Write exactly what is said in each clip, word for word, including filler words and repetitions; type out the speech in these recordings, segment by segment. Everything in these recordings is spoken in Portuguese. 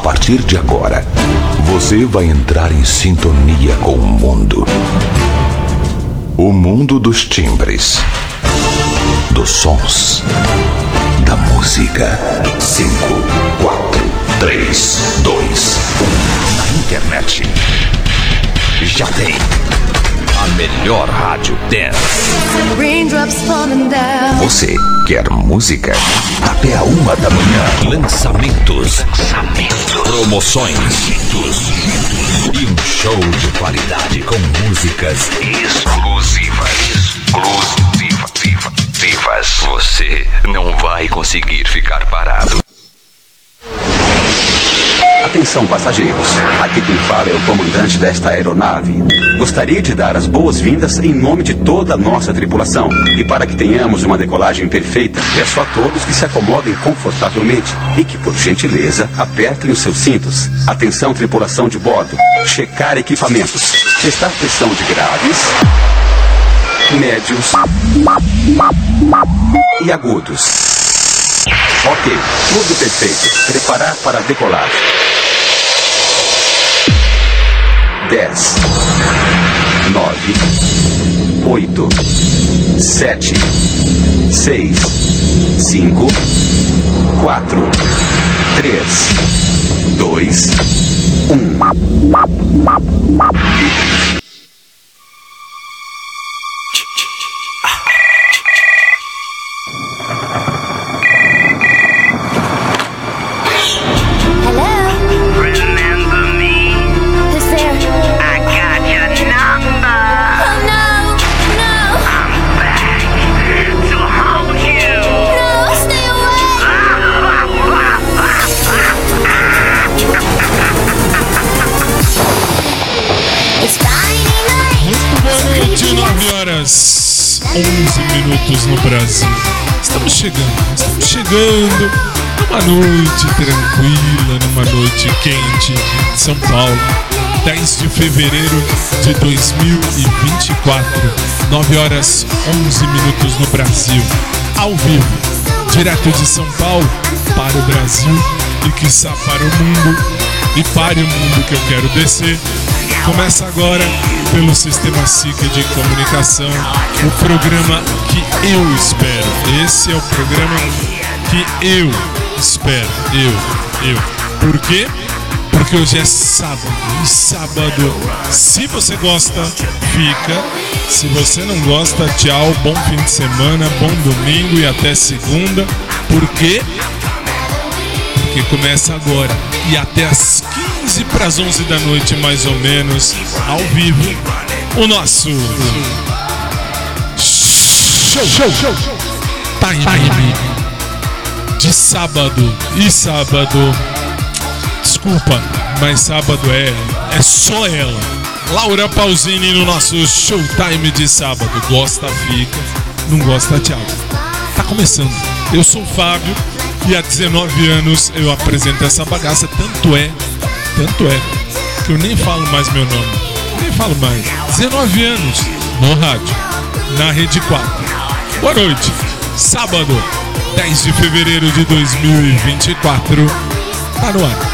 partir de agora, você vai entrar em sintonia com o mundo. O mundo dos timbres, dos sons, da música. Cinco, quatro, três, dois, um. Na internet já tem a melhor rádio dance. Você quer música? Até a uma da manhã. Lançamentos, Lançamentos. Promoções e um show de qualidade com músicas exclusivas. Exclusivas. Vivas. Você não vai conseguir ficar parado. Atenção, passageiros. Aqui quem fala é o comandante desta aeronave. Gostaria de dar as boas-vindas em nome de toda a nossa tripulação. E para que tenhamos uma decolagem perfeita, peço a todos que se acomodem confortavelmente e que, por gentileza, apertem os seus cintos. Atenção, tripulação de bordo. Checar equipamentos. Testar pressão de graves, médios e agudos. Ok, tudo perfeito. Preparar para decolar. Dez, nove, oito, sete, seis, cinco, quatro, três, dois, um. onze minutos no Brasil. Estamos chegando, estamos chegando numa noite tranquila, numa noite quente de São Paulo, dez de fevereiro de dois mil e vinte e quatro, nove horas onze minutos no Brasil, ao vivo, direto de São Paulo para o Brasil e quiçá para o mundo e para o mundo que eu quero descer. Começa agora pelo Sistema S I C de Comunicação, o programa que eu espero. Esse é o programa que eu espero. Eu, eu. Por quê? Porque hoje é sábado. E sábado, se você gosta, fica. Se você não gosta, tchau. Bom fim de semana, bom domingo e até segunda. Por quê? Porque começa agora e até as quinze para as onze da noite, mais ou menos, ao vivo, o nosso show, show, show. Time, Time de sábado. E sábado, desculpa, mas sábado é, é só ela, Laura Pausini, no nosso Showtime de sábado. Gosta, fica, não gosta, tchau. Tá começando. Eu sou o Fábio e há dezenove anos eu apresento essa bagaça. Tanto é, tanto é, que eu nem falo mais meu nome. Nem falo mais. dezenove anos no rádio, na Rede quatro. Boa noite. Sábado, dez de fevereiro de dois mil e vinte e quatro. Tá no ar.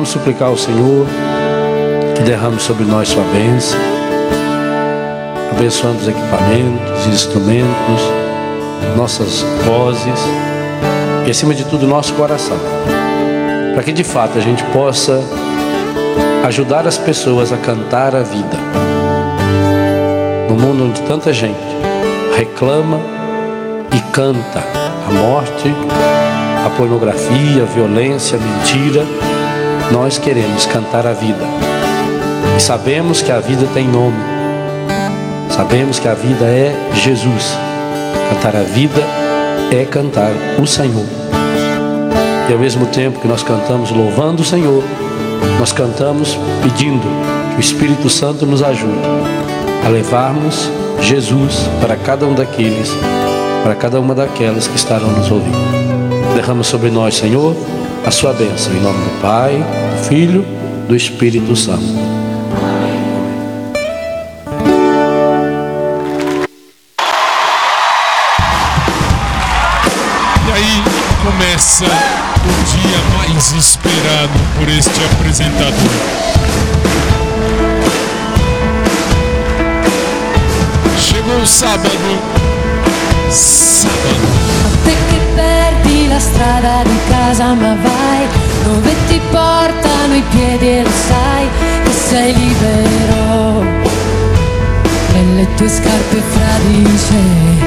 Vamos suplicar ao Senhor que derrame sobre nós sua bênção, abençoando os equipamentos, instrumentos, nossas vozes e, acima de tudo, nosso coração, para que de fato a gente possa ajudar as pessoas a cantar a vida. No mundo onde tanta gente reclama e canta a morte, a pornografia, a violência, a mentira, nós queremos cantar a vida. E sabemos que a vida tem nome. Sabemos que a vida é Jesus. Cantar a vida é cantar o Senhor. E ao mesmo tempo que nós cantamos louvando o Senhor, nós cantamos pedindo que o Espírito Santo nos ajude a levarmos Jesus para cada um daqueles, para cada uma daquelas que estarão nos ouvindo. Derrama sobre nós, Senhor, a sua bênção, em nome do Pai, do Filho, do Espírito Santo. E aí começa o dia mais esperado por este apresentador. Chegou o sábado, sábado. Te che perdi la strada di casa ma vai dove ti portano i piedi e lo sai che sei libero nelle tue scarpe fradice.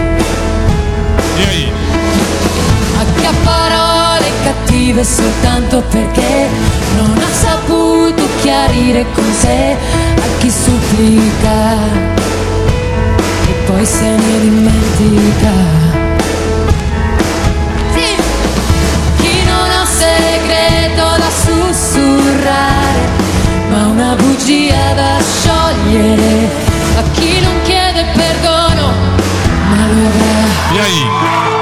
E aí? A che ha parole cattive soltanto perché non ha saputo chiarire con sé a chi supplica e poi se ne dimentica. Sì. Chi non ha segreto da sussurrare ma una bugia da sciogliere, a chi non chiede perdono ma lo avrà. E aí?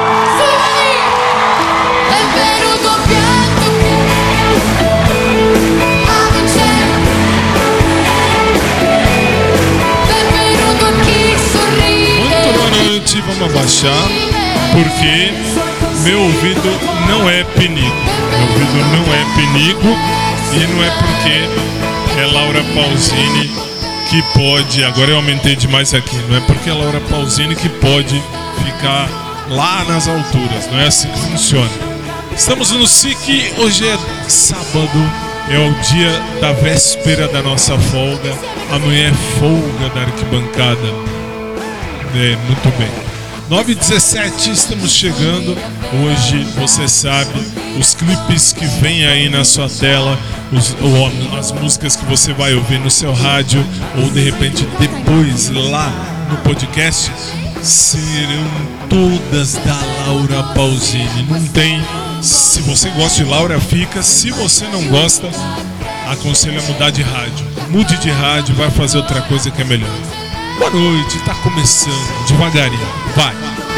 Vamos abaixar, porque meu ouvido não é penico. Meu ouvido não é penico e não é porque é Laura Pausini que pode. Agora eu aumentei demais aqui. Não é porque é Laura Pausini que pode ficar lá nas alturas. Não é assim que funciona. Estamos no S I C. Hoje é sábado. É o dia da véspera da nossa folga. Amanhã é folga da arquibancada. É, muito bem. nove e dezessete, estamos chegando. Hoje, você sabe, os clipes que vem aí na sua tela, os, ou, as músicas que você vai ouvir no seu rádio, ou de repente depois lá no podcast, serão todas da Laura Pausini. Não tem. Se você gosta de Laura, fica. Se você não gosta, aconselho a mudar de rádio. Mude de rádio, vai fazer outra coisa que é melhor. Boa noite, tá começando devagarinho, vai!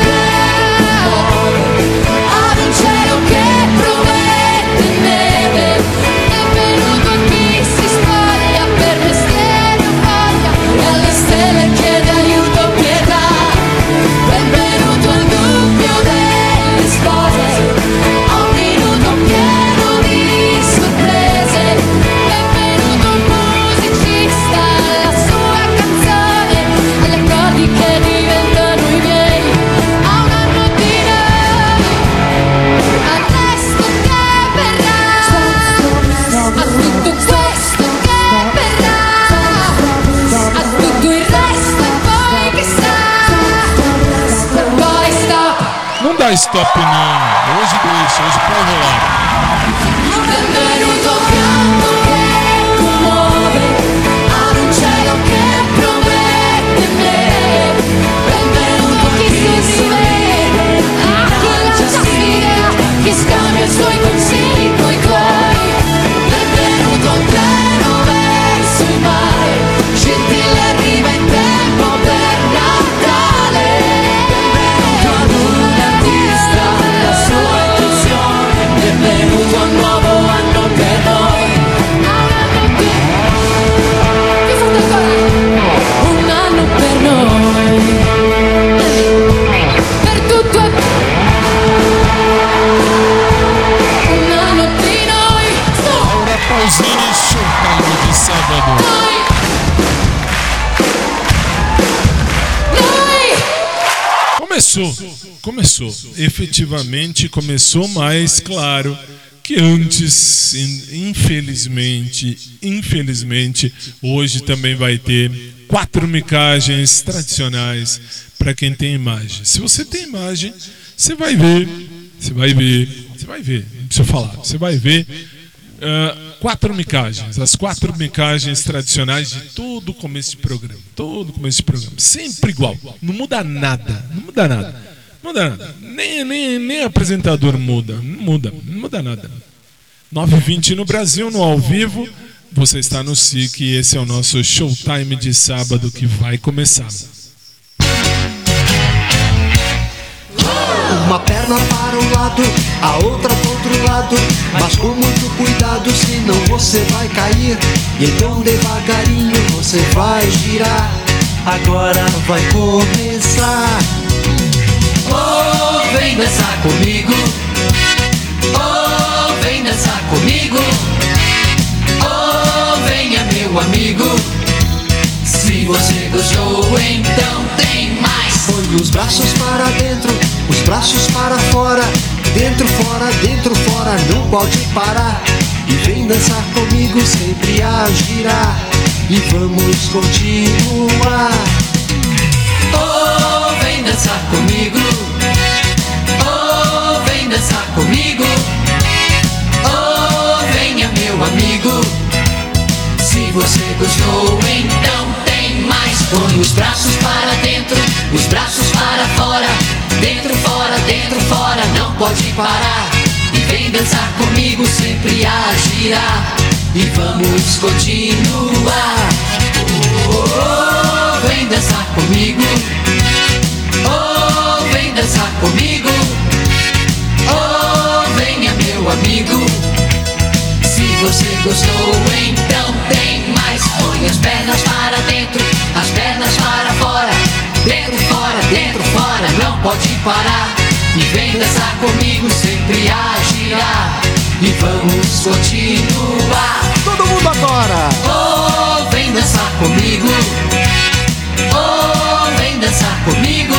Não dá stop não, hoje deixa, hoje pode rolar. Benvenuto começou, começou, efetivamente começou, mas claro que antes, infelizmente, infelizmente, hoje também vai ter quatro micagens tradicionais para quem tem imagem. Se você tem imagem, você vai ver, você vai ver, você vai ver, não precisa falar, você vai ver uh, quatro micagens, as quatro micagens tradicionais de todo começo de programa, todo começo de programa, sempre igual, não muda nada, não muda nada. Não muda nada. Nem, nem, nem apresentador muda. Não muda. Não muda nada. nove e vinte no Brasil, no ao vivo. Você está no S I C e esse é o nosso Showtime de sábado que vai começar. Uma perna para um lado, a outra para outro lado, mas com muito cuidado, senão você vai cair. E então devagarinho você vai girar. Agora vai começar. Oh, vem dançar comigo. Oh, vem dançar comigo. Oh, venha meu amigo. Se você gostou, então tem mais. Põe os braços para dentro, os braços para fora. Dentro, fora, dentro, fora, não pode parar. E vem dançar comigo, sempre a girar. E vamos continuar. Oh, vem dançar comigo. Oh, vem dançar comigo. Oh, venha meu amigo. Se você gostou, então tem mais. Põe os braços para dentro, os braços para fora. Dentro, fora, dentro, fora, não pode parar. E vem dançar comigo, sempre a girar. E vamos continuar. Oh, vem dançar comigo. Oh, vem dançar comigo. Oh, venha meu amigo. Se você gostou, então tem mais. Põe as pernas para dentro, as pernas para fora. Dentro, fora, dentro, fora, não pode parar. E vem dançar comigo, sempre a girar. E vamos continuar. Todo mundo agora. Oh, vem dançar comigo. Oh, vem dançar comigo.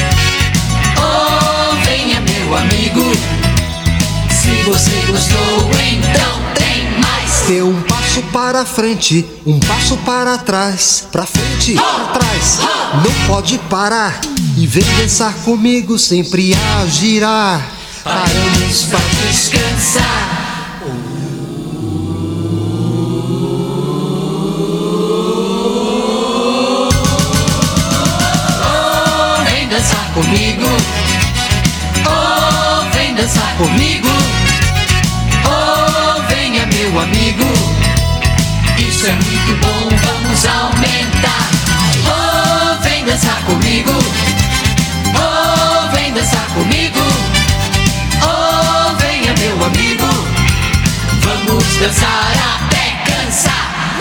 Oh, venha meu amigo. Se você gostou, então tem mais. Dê um passo para frente, um passo para trás. Pra frente, pra trás, não pode parar. E vem dançar comigo, sempre a girar. Paramos pra descansar. Oh, vem dançar comigo. Oh, vem dançar comigo. Oh, venha meu amigo. Isso é muito bom, vamos aumentar. Oh, vem dançar comigo. Oh, vem dançar comigo. Oh, venha meu amigo. Vamos dançar até cansar.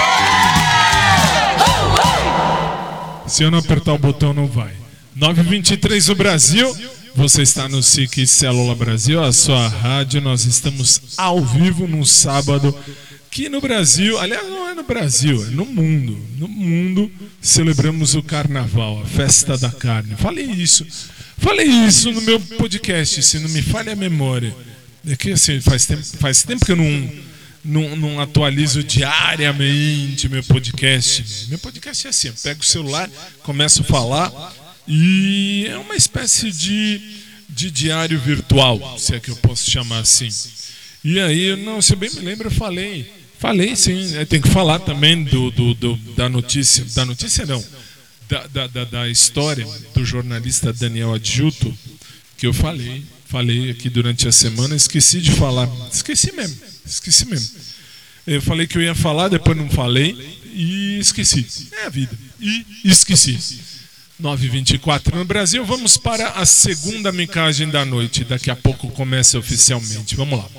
Uh, uh. Se eu não apertar o botão, não vai. nove e vinte e três no Brasil. Você está no S I C Célula Brasil, a sua rádio. Nós estamos ao vivo num sábado que no Brasil, aliás, não é no Brasil, é no mundo. No mundo celebramos o Carnaval, a festa da carne. Falei isso, falei isso no meu podcast, se não me falha a memória. É que assim, faz tempo, faz tempo que eu não, não, não atualizo diariamente meu podcast. Meu podcast é assim, eu pego o celular, começo a falar e é uma espécie de, de diário virtual, se é que eu posso chamar assim. E aí, não, se eu bem me lembro, eu falei... Falei sim, tem que falar também do, do, do, da notícia, da notícia não, da, da, da, da história do jornalista Daniel Adjuto, que eu falei, falei aqui durante a semana, esqueci de falar, esqueci mesmo, esqueci mesmo. Eu falei que eu ia falar, depois não falei e esqueci, é a vida, e esqueci. nove e vinte e quatro no Brasil, vamos para a segunda micagem da noite, daqui a pouco começa oficialmente, vamos lá.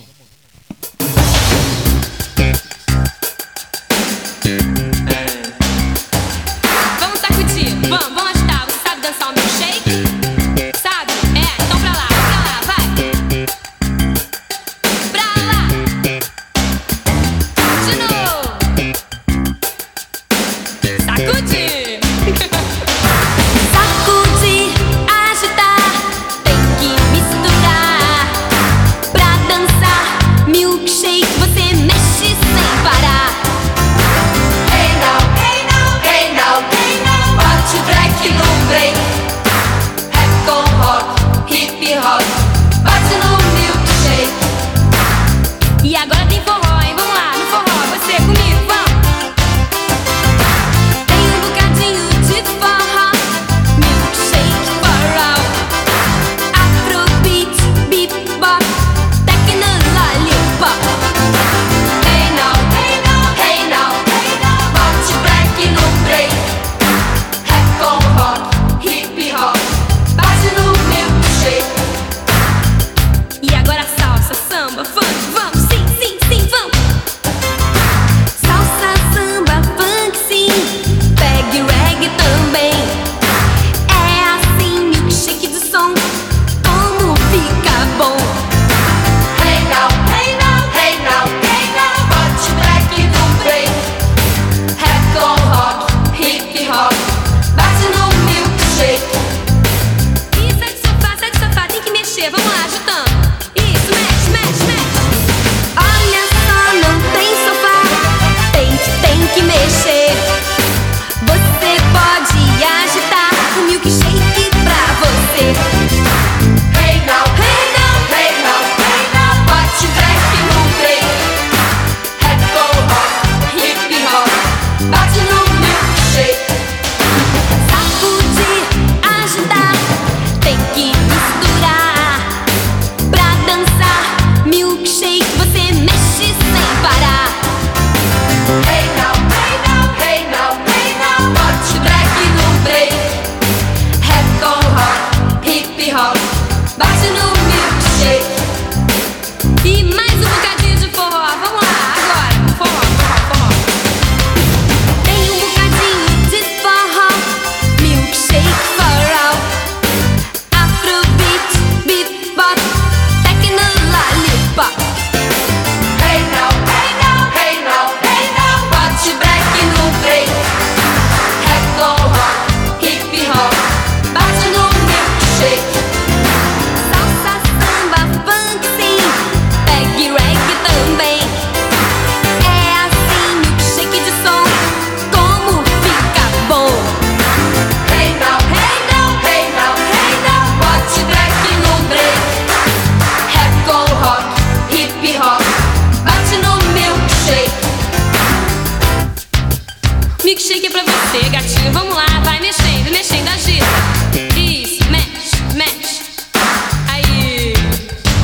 Vamos sacudir, vamos, vamos agitar. Você sabe dançar o meu shake? Sabe? É, então pra lá, pra lá, vai. Pra lá. De novo. Sacudir. Sacudir, agitar.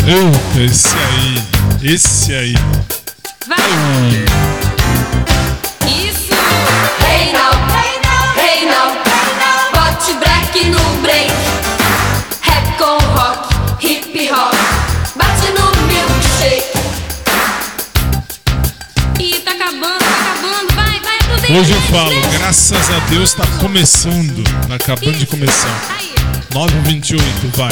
Eita, esse aí, esse aí. Vai! Isso! Hey now, hey now, hey now, hey now. Bote break no break. Rap com rock, hip hop. Bate no milkshake. Ih, tá acabando, tá acabando. Vai, vai, aproveita. Hoje eu falo, graças a Deus tá começando. Tá acabando de começar. Aí. nove e vinte e oito, vai.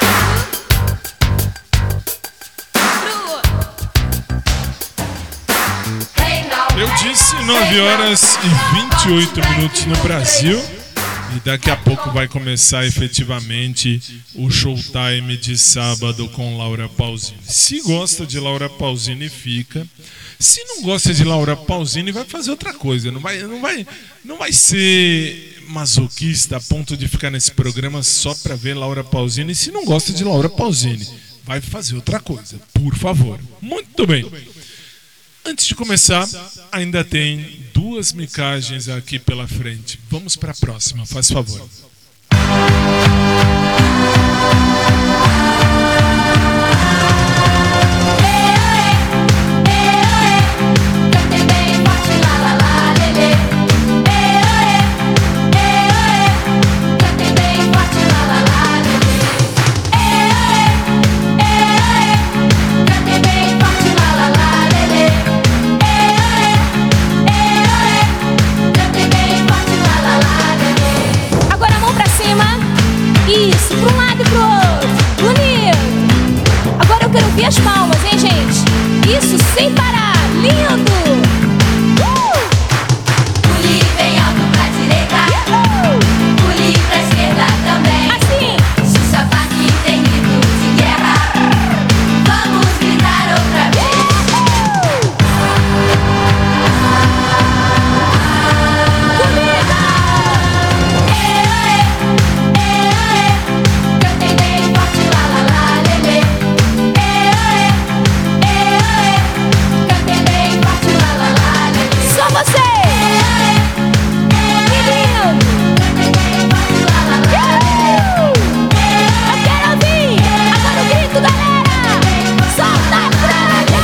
Eu disse nove horas e vinte e oito minutos no Brasil. E daqui a pouco vai começar efetivamente o Showtime de sábado com Laura Pausini. Se gosta de Laura Pausini, fica. Se não gosta de Laura Pausini, vai fazer outra coisa. Não vai, não vai, não vai ser masoquista a ponto de ficar nesse programa só para ver Laura Pausini. Se não gosta de Laura Pausini, vai fazer outra coisa, por favor. Muito bem. Antes de começar, ainda tem duas micagens aqui pela frente. Vamos para a próxima, faz favor. E as palmas, hein, gente? Isso sem parar, lindo! Uh! Pule bem alto pra direita, uh! Pule pra esquerda também. Assim! Se o sapato tem grito de guerra, vamos gritar outra vez. Comida! Ê, ê, ê, cantem bem forte, lá, lá, lá, lelê. Só você! Que lindo! Eu quero ouvir! Agora o grito, galera! Solta a franga!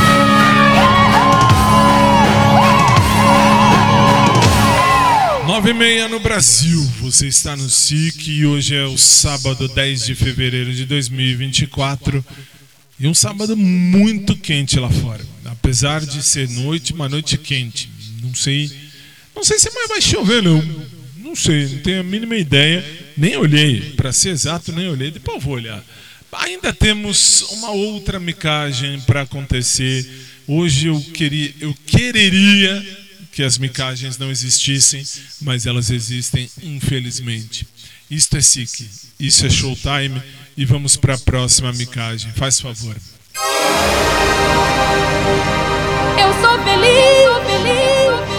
Nove e meia no Brasil, você está no S I C e hoje é o sábado dez de fevereiro de dois mil e vinte e quatro. E um sábado muito quente lá fora. Apesar de ser noite, uma noite quente. Não sei. Não sei se mais vai chover, não. Não sei, não tenho a mínima ideia. Nem olhei. Para ser exato, nem olhei. Depois eu vou olhar. Ainda temos uma outra micagem para acontecer. Hoje eu queria, eu quereria que as micagens não existissem, mas elas existem, infelizmente. Isto é S I C. Isso é Showtime. E vamos para a próxima micagem. Faz favor. Eu sou feliz, sou feliz, sou feliz.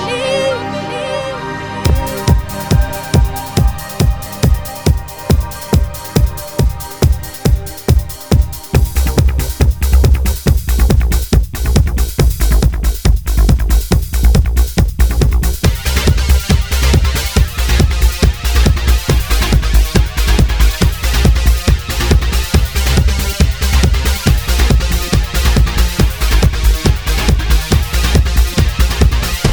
We'll be right back.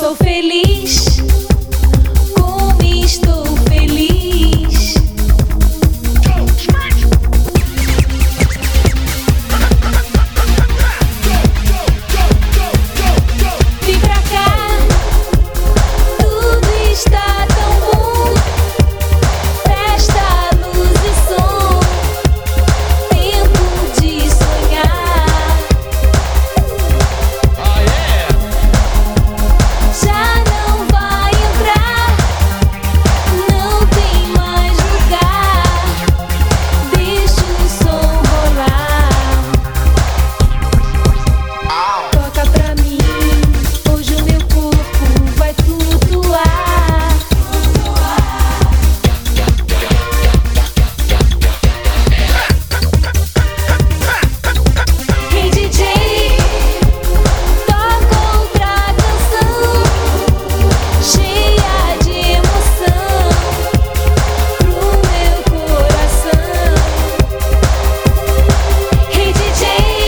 sou feliz. Como estou feliz. Vem pra cá, tudo está tão bom. Presta luz e som, tempo de sonhar. Oh, yeah. Já não vai entrar, não tem mais lugar. Deixa o som rolar. Toca pra mim, hoje o meu corpo vai flutuar. Hey D J, toca outra canção cheia de emoção pro meu coração. Hey D J,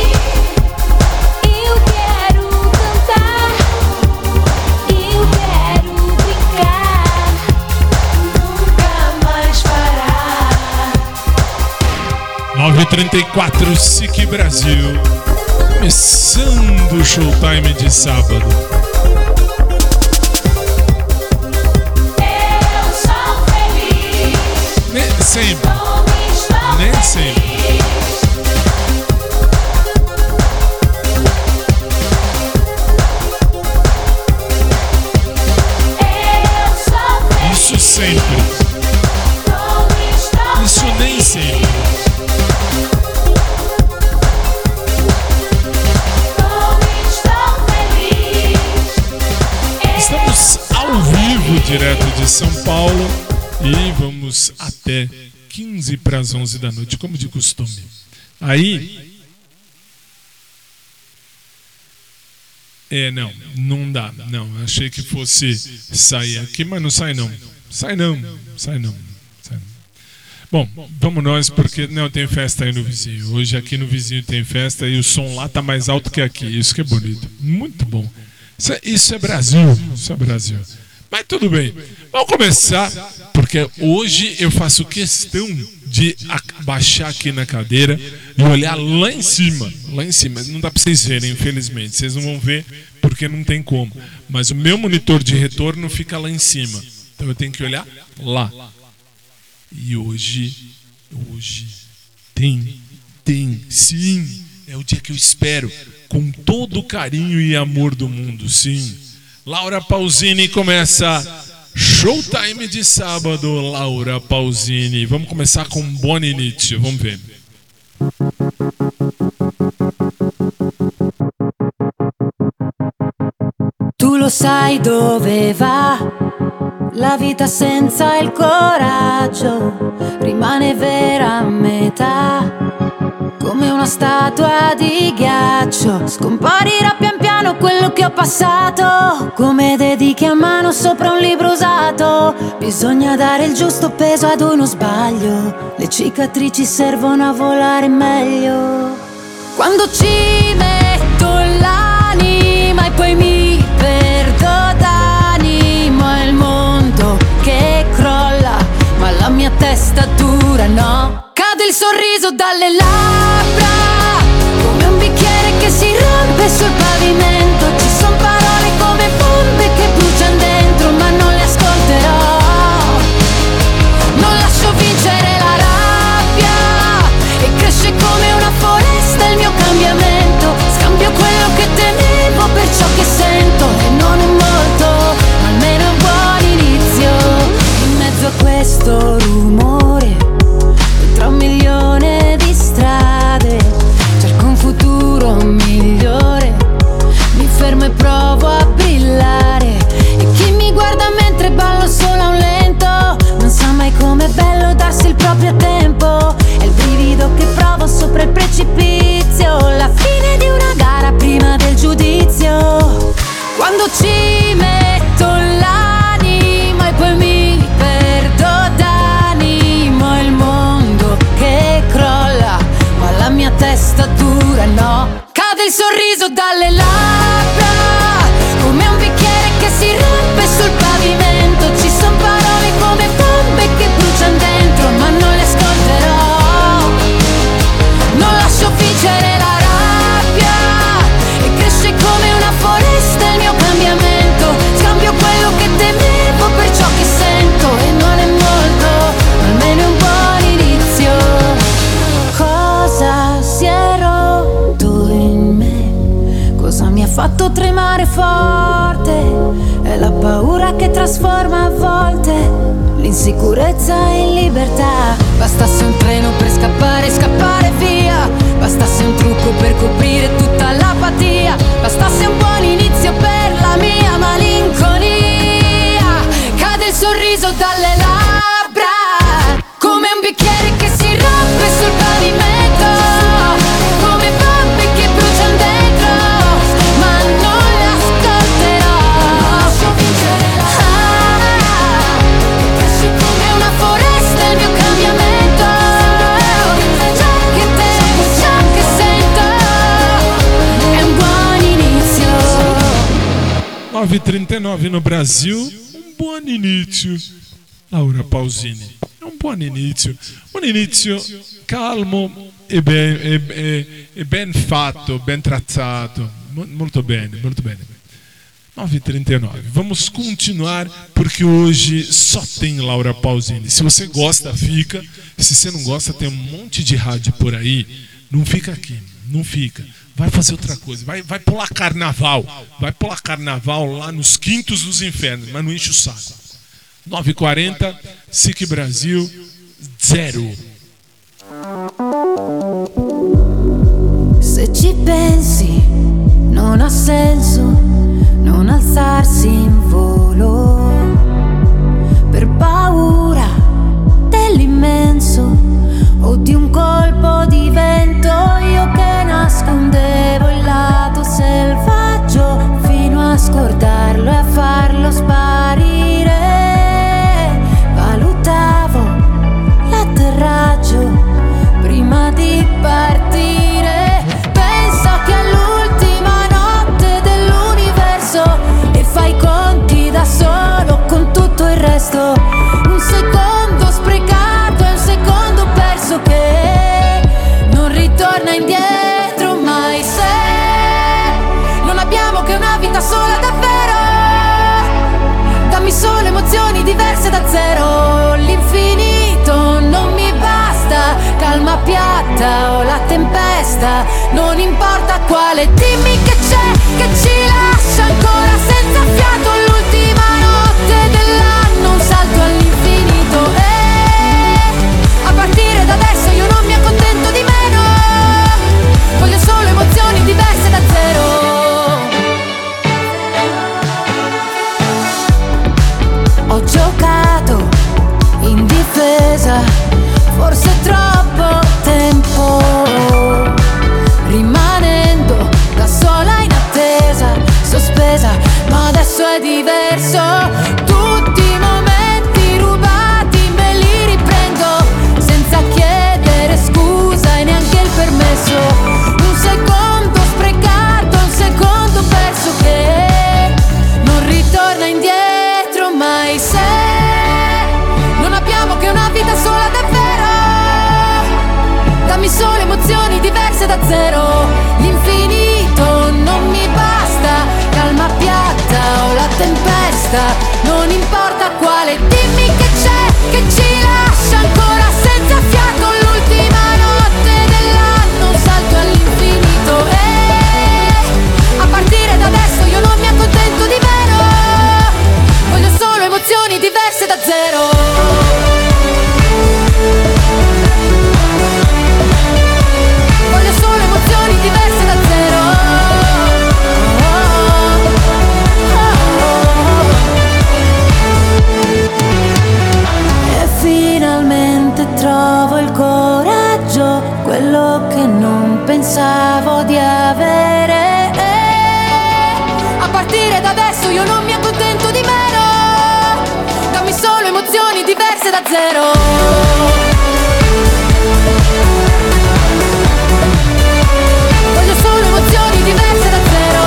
eu quero cantar, eu quero brincar, nunca mais parar. nove e trinta e quatro, S I C Brasil. Começando o Showtime de sábado. Eu sou feliz, Nem sempre, como estou nem sempre. feliz. Eu sou feliz, Isso sempre. como estou Isso nem sempre. como estou feliz. Estamos ao vivo, direto de São Paulo. E vamos até quinze para as onze da noite, como de costume. Aí. É, não, não dá. Não, achei que fosse sair aqui, mas não sai não. Sai não, sai não. Sai não. Bom, vamos nós, porque não tem festa aí no vizinho. Hoje aqui no vizinho tem festa e o som lá tá mais alto que aqui. Isso que é bonito. Muito bom. Isso é, isso é Brasil. Isso é Brasil. Mas tudo bem. Vamos começar, porque hoje eu faço questão de baixar aqui na cadeira e olhar lá em cima. Lá em cima. Não dá pra vocês verem, infelizmente. Vocês não vão ver porque não tem como. Mas o meu monitor de retorno fica lá em cima. Então eu tenho que olhar lá. E hoje, hoje, tem, tem, sim, é o dia que eu espero, com todo o carinho e amor do mundo, sim. Laura Pausini começa Showtime de sábado, Laura Pausini. Vamos começar com um bom início, vamos ver. Tu lo sai dove va la vita senza il coraggio, rimane vera a metà, come una statua di ghiaccio. Scomparirà pian piano quello che ho passato, come dediche a mano sopra un libro usato. Bisogna dare il giusto peso ad uno sbaglio, le cicatrici servono a volare meglio. Quando ci metto l'anima e poi mi perdo d'animo, è il mondo che crolla, ma la mia testa dura no. Cade il sorriso dalle labbra, come un bicchiere che si rompe sul pavimento. Ci son parole come bombe che bruciano dentro, ma non le ascolterò. Non lascio vincere la rabbia, e cresce come una foresta il mio cambiamento. Scambio quello che temevo per ciò che sento, e non è molto, ma almeno è un buon inizio. In mezzo a questo rumore, tra un milione di strade, cerco un futuro migliore. Mi fermo e provo a brillare, e chi mi guarda mentre ballo solo a un lento non sa mai com'è bello darsi il proprio tempo. È il brivido che provo sopra il precipizio, la fine di una gara prima del giudizio. Quando ci metto l'anima e poi mi perdo d'animo, è il mondo che crolla, ma la mia testa dura no. Cade il sorriso dalle labbra, come un bicchiere che si è la paura che trasforma a volte l'insicurezza in libertà. Bastasse un treno per scappare, scappare via. Bastasse un trucco per coprire tutta l'apatia. Bastasse un buon inizio per la mia malinconia. Cade il sorriso dalle labbra, come un bicchiere che si rompe sul pavimento, come bombe che bruciano dentro, ma non le ascolterò. Lascio vincere la ah, cresce come una foresta il mio cambiamento. Ciò che temo, ciò che sento è un buon inizio. nove e trinta e nove no Brasil, um buon inizio. Laura Pausini. Un buon inizio, un inizio calmo e ben, e, e, e ben fatto, ben trattato, molto bene, molto bene. nove e trinta e nove, vamos continuar porque hoje só tem Laura Pausini. Se você gosta, fica. Se você não gosta, tem um monte de rádio por aí. Não fica aqui, não fica. Vai fazer outra coisa, vai, vai pular carnaval, vai pular carnaval lá nos quintos dos infernos, mas não enche o saco. nove e quarenta, S I C Brasil, zero. Se ci pensi, non ha senso non alzarsi in volo per paura dell'immenso o di un colpo di vento. Io che nascondevo il lato selvaggio fino a scordarlo e a farlo sparire. Valutavo l'atterraggio prima di partire. Pensa che è l'ultima notte dell'universo e fai i conti da solo con tutto il resto. Un secondo sprecato è un secondo perso che non ritorna indietro mai. Se non abbiamo che una vita sola davvero, dammi solo emozioni diverse da zero. L'infinito non mi basta, calma piatta o la tempesta, non importa quale. Dimmi che c'è, che ci lascia ancora senza fiato. L'ultima notte dell'anno, un salto all'infinito. E a partire da adesso io non mi accontento di meno, voglio solo emozioni diverse da zero. Ho giocato in difesa, forse troppo tempo, rimanendo da sola in attesa, sospesa, ma adesso è diverso. Tutti i momenti rubati me li riprendo, senza chiedere scusa e neanche il permesso. Un secondo sprecato, un secondo perso che non ritorna indietro mai. Se non abbiamo che una vita sola davvero, dammi solo emozioni diverse da zero. L'infinito non mi basta, calma piatta o la tempesta, non importa quale. Dimmi che c'è, che ci lascia ancora senza fiato. L'ultima notte dell'anno, un salto all'infinito. E a partire da adesso io non mi accontento di meno, voglio solo emozioni diverse da zero. Voglio solo emozioni diverse da zero. Oh, oh, oh. E finalmente trovo il coraggio, quello che non pensavo di avere. A partire da adesso io non mi accontento di meno, dammi solo emozioni diverse da zero. Voglio solo emozioni diverse da zero.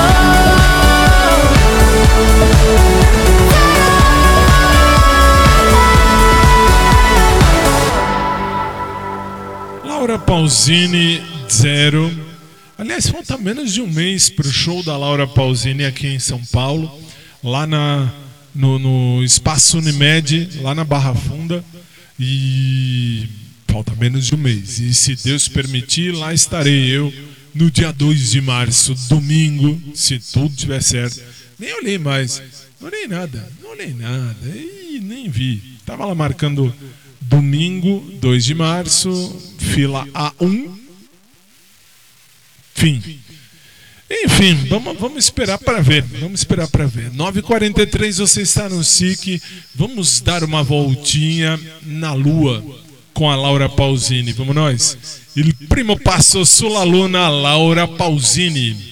Laura Pausini, zero. Aliás, falta menos de um mês para o show da Laura Pausini aqui em São Paulo, lá na, no, no Espaço Unimed, lá na Barra Funda. E falta menos de um mês. E se Deus permitir, lá estarei eu no dia dois de março, domingo, se tudo estiver certo, Nem olhei mais. Não olhei nada. Não olhei nada. E nem vi. Tava lá marcando domingo, dois de março, fila A um. Fim. Enfim, vamos, vamos esperar para ver. Vamos esperar para ver. nove e quarenta e três, você está no S I C. Vamos dar uma voltinha na Lua com a Laura Pausini. Vamos nós? Il primo passo sulla Luna, Laura Pausini.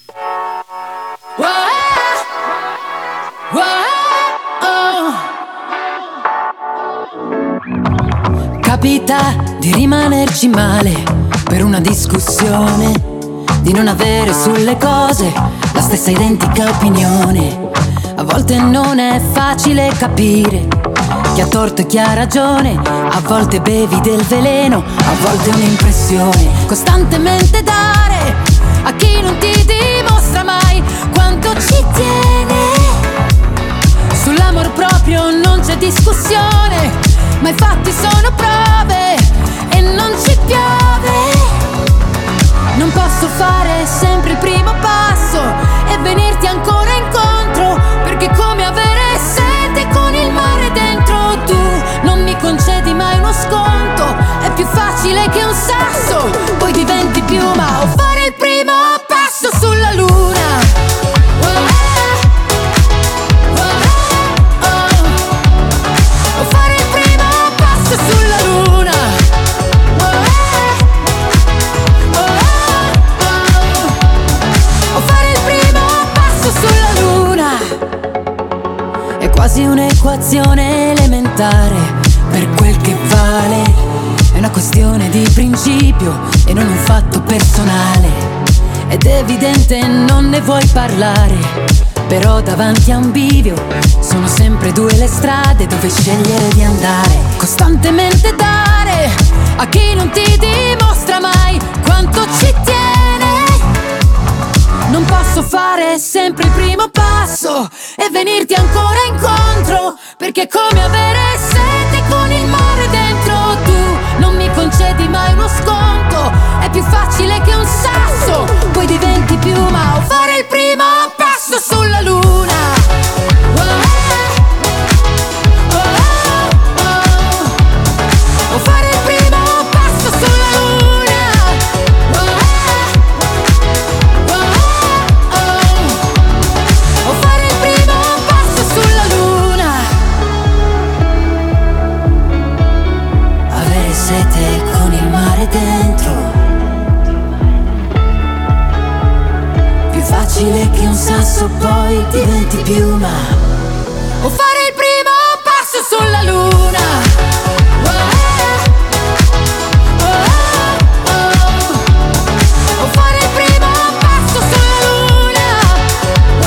Capita di rimanerci male per una discussione, di non avere sulle cose la stessa identica opinione. A volte non è facile capire chi ha torto e chi ha ragione. A volte bevi del veleno, a volte un'impressione. Costantemente dare a chi non ti dimostra mai quanto ci tiene. Sull'amor proprio non c'è discussione, ma i fatti sono prove e non ci piove. Non posso fare sempre il primo passo e venirti ancora incontro, perché è come avere sete con il mare dentro. Tu non mi concedi mai uno sconto, è più facile che un sasso, poi diventi piuma. O fare il primo passo sulla luna. O fare il primo passo sulla luna. O fare il primo passo sulla luna. È quasi un'equazione elementare, per quel che vale. È una questione di principio e non un fatto personale. Ed è evidente non ne vuoi parlare, però davanti a un bivio sono sempre due le strade dove scegliere di andare. Costantemente dare a chi non ti dimostra mai quanto ci tiene. Non posso fare sempre il primo passo e venirti ancora incontro, perché è come avere sete con il mare dentro. Tu non mi concedi mai uno sconto, è più facile che un sasso, poi diventi piuma. O fare il primo passo sulla luna. Oh, oh, oh, oh. O fare il primo passo sulla luna. Oh, oh, oh. O fare il primo passo sulla luna. Avere sete con il mare dentro, facile che un sasso poi diventi piuma. O fare il primo passo sulla luna. Oh, oh, oh. O fare il primo passo sulla luna. Oh,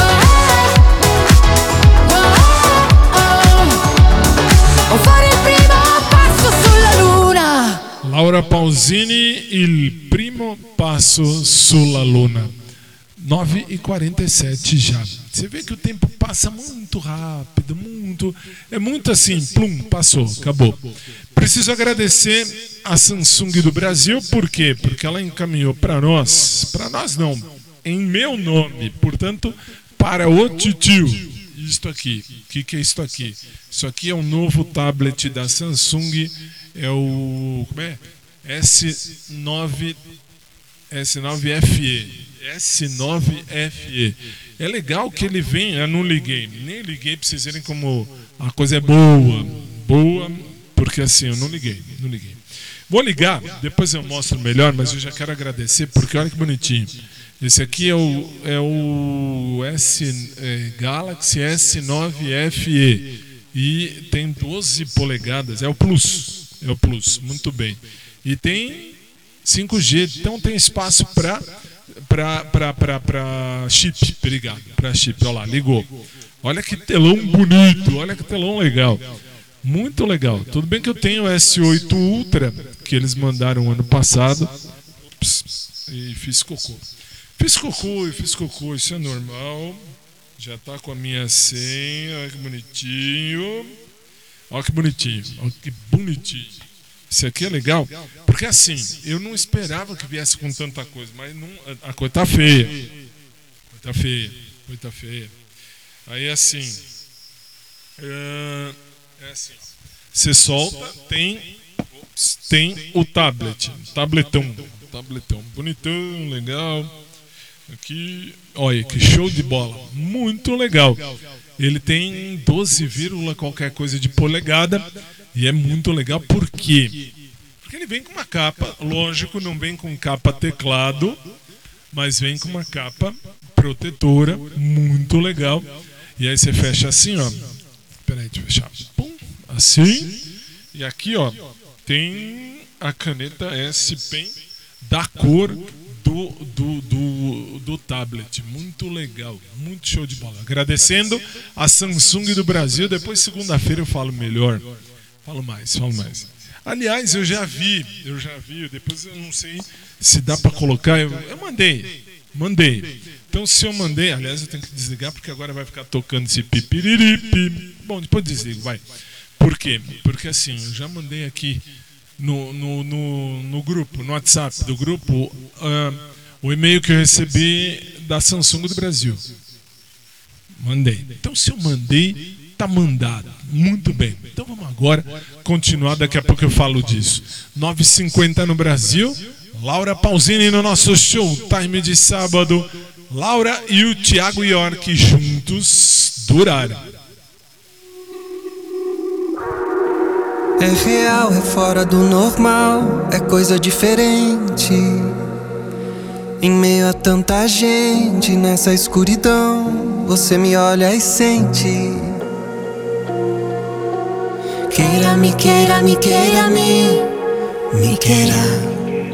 oh, oh. O fare il primo passo sulla luna. Laura Pausini, il primo passo sulla luna. nove e quarenta e sete já. Você vê que o tempo passa muito rápido, muito. É muito assim, plum, passou, acabou. Preciso agradecer a Samsung do Brasil, por quê? Porque ela encaminhou para nós, para nós não, em meu nome, portanto, para o titio. Isto aqui. O que, que é isto aqui? Isso aqui é um novo tablet da Samsung, é o. Como é? S nove S nove F E. S nove F E. É legal que ele vem, eu não liguei, nem liguei para vocês verem como a coisa é boa, boa, porque assim, eu não liguei, não liguei. Vou ligar, depois eu mostro melhor, mas eu já quero agradecer, porque olha que bonitinho. Esse aqui é o, é o S, é, Galaxy S nove F E e tem doze polegadas, é o Plus, é o Plus, muito bem. E tem cinco G, então tem espaço para Pra, pra, pra, pra chip, obrigado, pra chip, olha lá, ligou. Olha que telão bonito, olha que telão legal. Muito legal. Tudo bem que eu tenho o S oito Ultra, que eles mandaram ano passado. Ups, e fiz cocô. Fiz cocô e fiz cocô, isso é normal. Já tá com a minha senha, olha que bonitinho. Olha que bonitinho, olha que bonitinho. Isso aqui é legal, porque assim, eu não esperava que viesse com tanta coisa, mas não, a coisa tá feia. Tá feia, coisa tá feia. Aí assim, é, é assim, você solta, tem, tem o tablet, tabletão, tabletão, bonitão, legal. Aqui, olha que show de bola, muito legal. Ele tem doze, qualquer coisa de polegada e é muito legal. Por quê? Porque ele vem com uma capa, lógico, não vem com capa teclado, mas vem com uma capa protetora, muito legal. E aí você fecha assim, ó. Peraí, deixa eu fechar. Pum, assim. E aqui, ó, tem a caneta S Pen da cor do, do, do, do tablet. Muito legal, muito show de bola. Agradecendo a Samsung do Brasil. Depois, segunda-feira, eu falo melhor. Falo mais, falo mais. Aliás, eu já vi, eu já vi. Depois eu não sei se dá pra colocar. Eu, eu mandei, mandei. Então, se eu mandei, aliás, eu tenho que desligar porque agora vai ficar tocando esse pipiriripi. Bom, depois desligo, vai. Por quê? Porque assim, eu já mandei aqui no, no, no, no grupo, no WhatsApp do grupo, uh, o e-mail que eu recebi da Samsung do Brasil. Mandei. Então, se eu mandei, tá mandado. Muito bem. Então, vamos agora continuar. Daqui a pouco eu falo disso. nove e cinquenta no Brasil. Laura Pausini no nosso show time de sábado. Laura e o Thiago York juntos duraram. É real, é fora do normal, é coisa diferente. Em meio a tanta gente, nessa escuridão, você me olha e sente. Queira, me queira, me queira, me, me queira.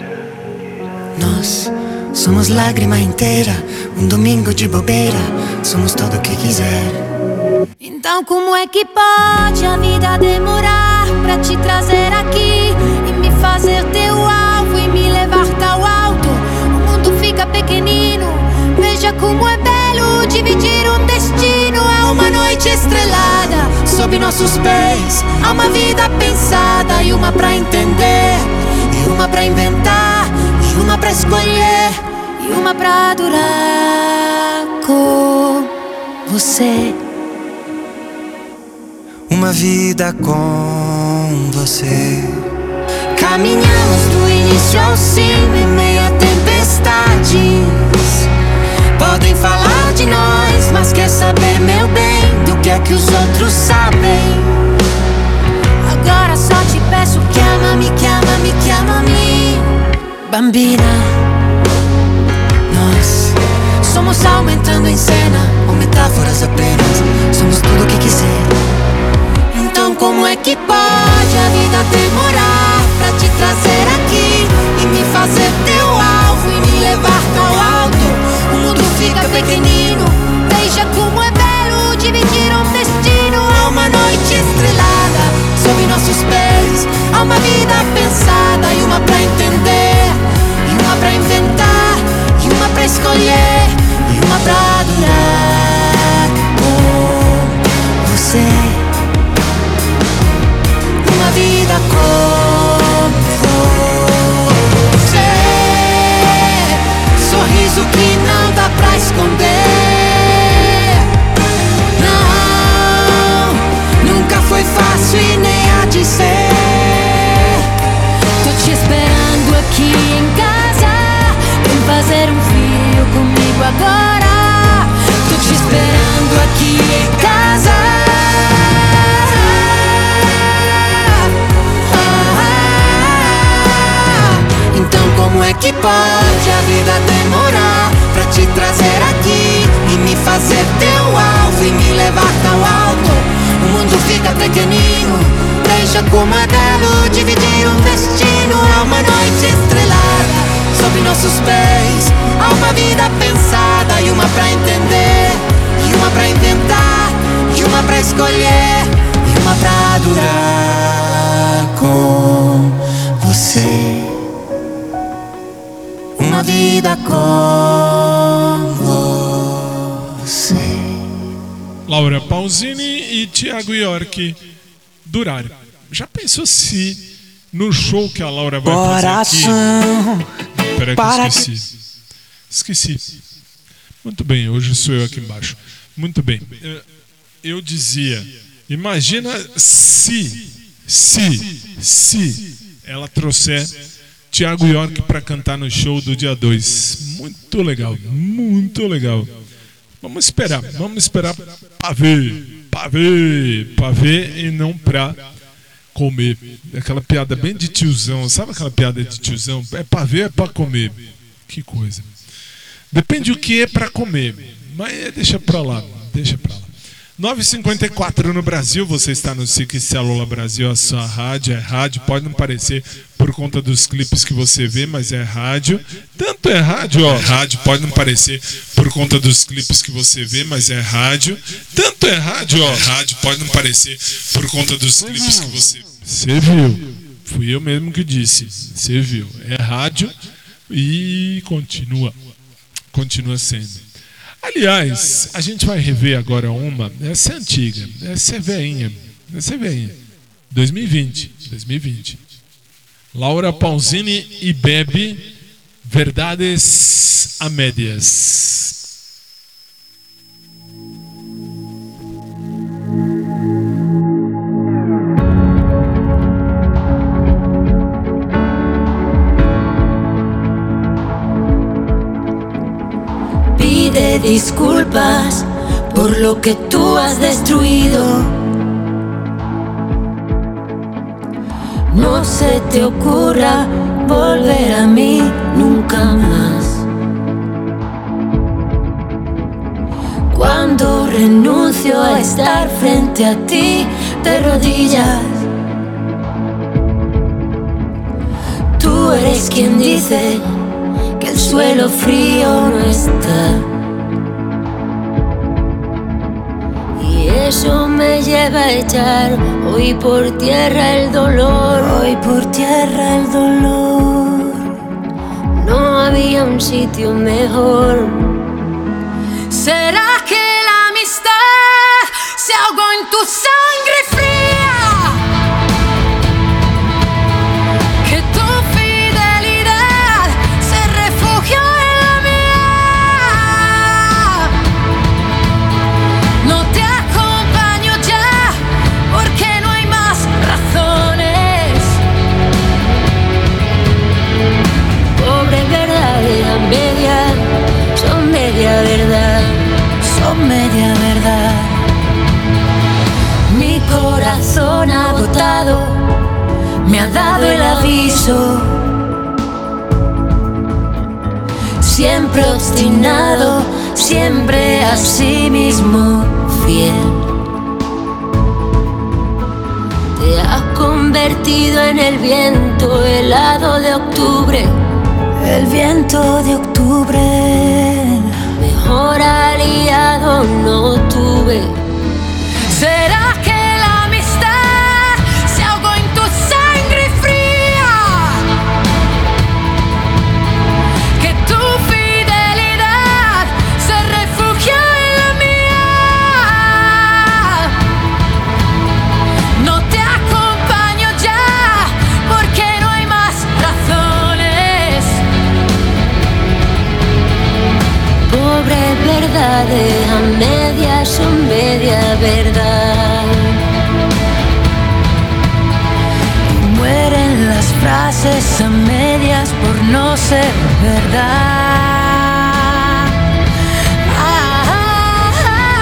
Nós somos lágrima inteira, um domingo de bobeira, somos tudo o que quiser. Então como é que pode a vida demorar pra te trazer aqui e me fazer teu alvo e me levar tão alto? O mundo fica pequenino, veja como é belo dividir um destino. É uma noite estrelada sob nossos pés, há uma vida pensada e uma pra entender, e uma pra inventar, e uma pra escolher, e uma pra durar com você. Uma vida com você. Caminhamos do início ao fim em meio a tempestades. Podem falar de nós, mas quer saber, meu bem, do que é que os outros sabem. Agora só te peço que ama-me, que ama-me, que ama-me, bambina. Nós somos alma entrando em cena, ou metáforas apenas, somos tudo o que quiser. Então como é que pode a vida demorar pra te trazer aqui e me fazer teu alvo e me levar tão alto? O mundo fica pequenino, veja como é belo dividir um destino. Há uma noite estrelada sob nossos pés, há uma vida pensada e uma pra entender, e uma pra inventar, e uma pra escolher, e uma pra durar com você. Uma vida com você. Sorriso que não dá pra esconder. Não, nunca foi fácil e nem há de ser. Tô te esperando aqui em casa, vem fazer um fio comigo agora. Tô te esperando aqui em casa. Como é que pode a vida demorar pra te trazer aqui e me fazer teu alvo e me levar tão alto? O mundo fica pequenino, veja como é belo dividir um destino. Há uma noite estrelada sob nossos pés, há uma vida pensada e uma pra entender, e uma pra inventar, e uma pra escolher, e uma pra durar com você. Uma vida com você. Laura Pausini e Thiago York duraram. Já pensou se no show que a Laura vai fazer aqui... Peraí que eu esqueci. Esqueci. Muito bem, hoje sou eu aqui embaixo. Muito bem. Eu dizia, imagina se, se, se ela trouxer Thiago York para cantar no show do dia dois. Muito legal, muito legal. Vamos esperar, vamos esperar para ver, para ver, para ver e não para comer. Aquela piada bem de tiozão, sabe aquela piada de tiozão? É para ver, é para comer. Que coisa. Depende do que é para comer, mas deixa para lá, deixa para lá. nove e cinquenta e quatro no Brasil, você está no S I C Célula Brasil, a sua rádio, é rádio, pode não parecer por conta dos clipes que você vê, mas é rádio. Tanto é rádio, ó, rádio, pode não parecer por conta dos clipes que você vê, mas é rádio. Tanto é rádio, ó, rádio, pode não parecer por conta dos clipes que você vê. Você viu, fui eu mesmo que disse, você viu, é rádio e continua, continua sendo. Aliás, a gente vai rever agora uma, essa é antiga, essa é veinha, essa é veinha, dois mil e vinte, dois mil e vinte. Laura Pausini e Bebe, Verdades a Médias. Pide disculpas por lo que tú has destruido. No se te ocurra volver a mí nunca más. Cuando renuncio a estar frente a ti de rodillas, tú eres quien dice que el suelo frío no está. Y eso me lleva a echar hoy por tierra el dolor. Hoy por tierra el dolor. No había un sitio mejor. ¿Será que la amistad se ahogó en tu sangre fría? Que tu fidelidad se refugió en la mía. No te acompaño ya porque no hay más razones. Pobre verdades a media, son media verdad, son media verdad. Mi corazón agotado me ha dado el aviso. Siempre obstinado, siempre a sí mismo fiel. Te has convertido en el viento helado de octubre. El viento de octubre. Mejor aliado no tuve. ¿Será que la amistad se ahogó en tu sangre fría? Que tu fidelidad se refugió en la mía. No te acompaño ya porque no hay más razones. Pobres verdades a medias son media verdad. Mueren las frases a medias por no ser verdad. Ah, ah,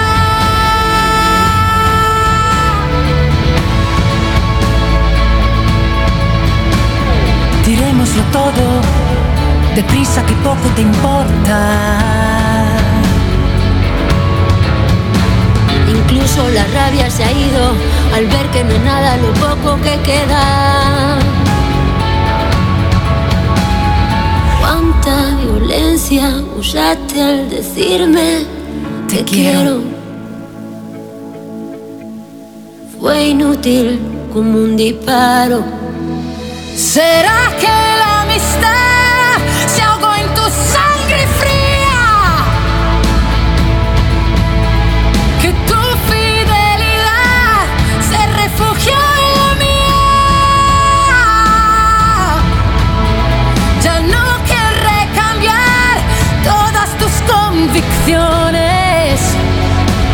ah. Tirémoslo todo, deprisa que poco te importa. Incluso la rabia se ha ido al ver que no es nada lo poco que queda. Cuánta violencia usaste al decirme te quiero. Fue inútil como un disparo. ¿Será que la amistad se ahogó en tu sangre fría? Que tu fidelidad se refugió en la mía. Ya no querré cambiar todas tus convicciones.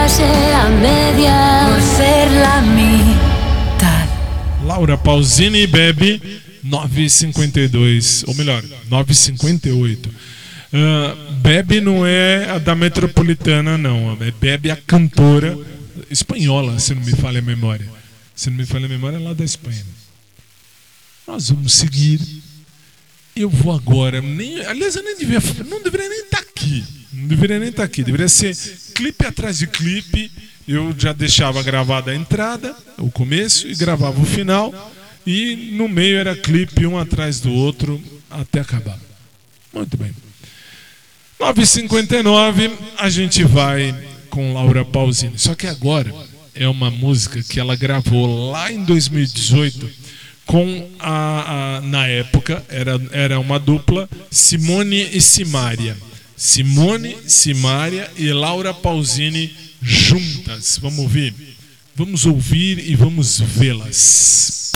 quedarse a media por ser la mitad. Laura Pausini bebe nove e cinquenta e dois, ou melhor, nove e cinquenta e oito. Uh, Bebe não é a da Metropolitana, não. É Bebe a cantora espanhola, se não me falha a memória. Se não me falha a memória, é lá da Espanha. Nós vamos seguir. Eu vou agora. Nem, aliás, eu nem devia, não deveria nem estar aqui. Não deveria nem estar aqui. Deveria ser clipe atrás de clipe. Eu já deixava gravada a entrada, o começo, e gravava o final. E no meio era clipe um atrás do outro até acabar. Muito bem. nove e cinquenta e nove, a gente vai com Laura Pausini. Só que agora é uma música que ela gravou lá em dois mil e dezoito com a, a na época era, era uma dupla, Simone e Simária. Simone, Simária e Laura Pausini juntas. Vamos ouvir? Vamos ouvir e vamos vê-las.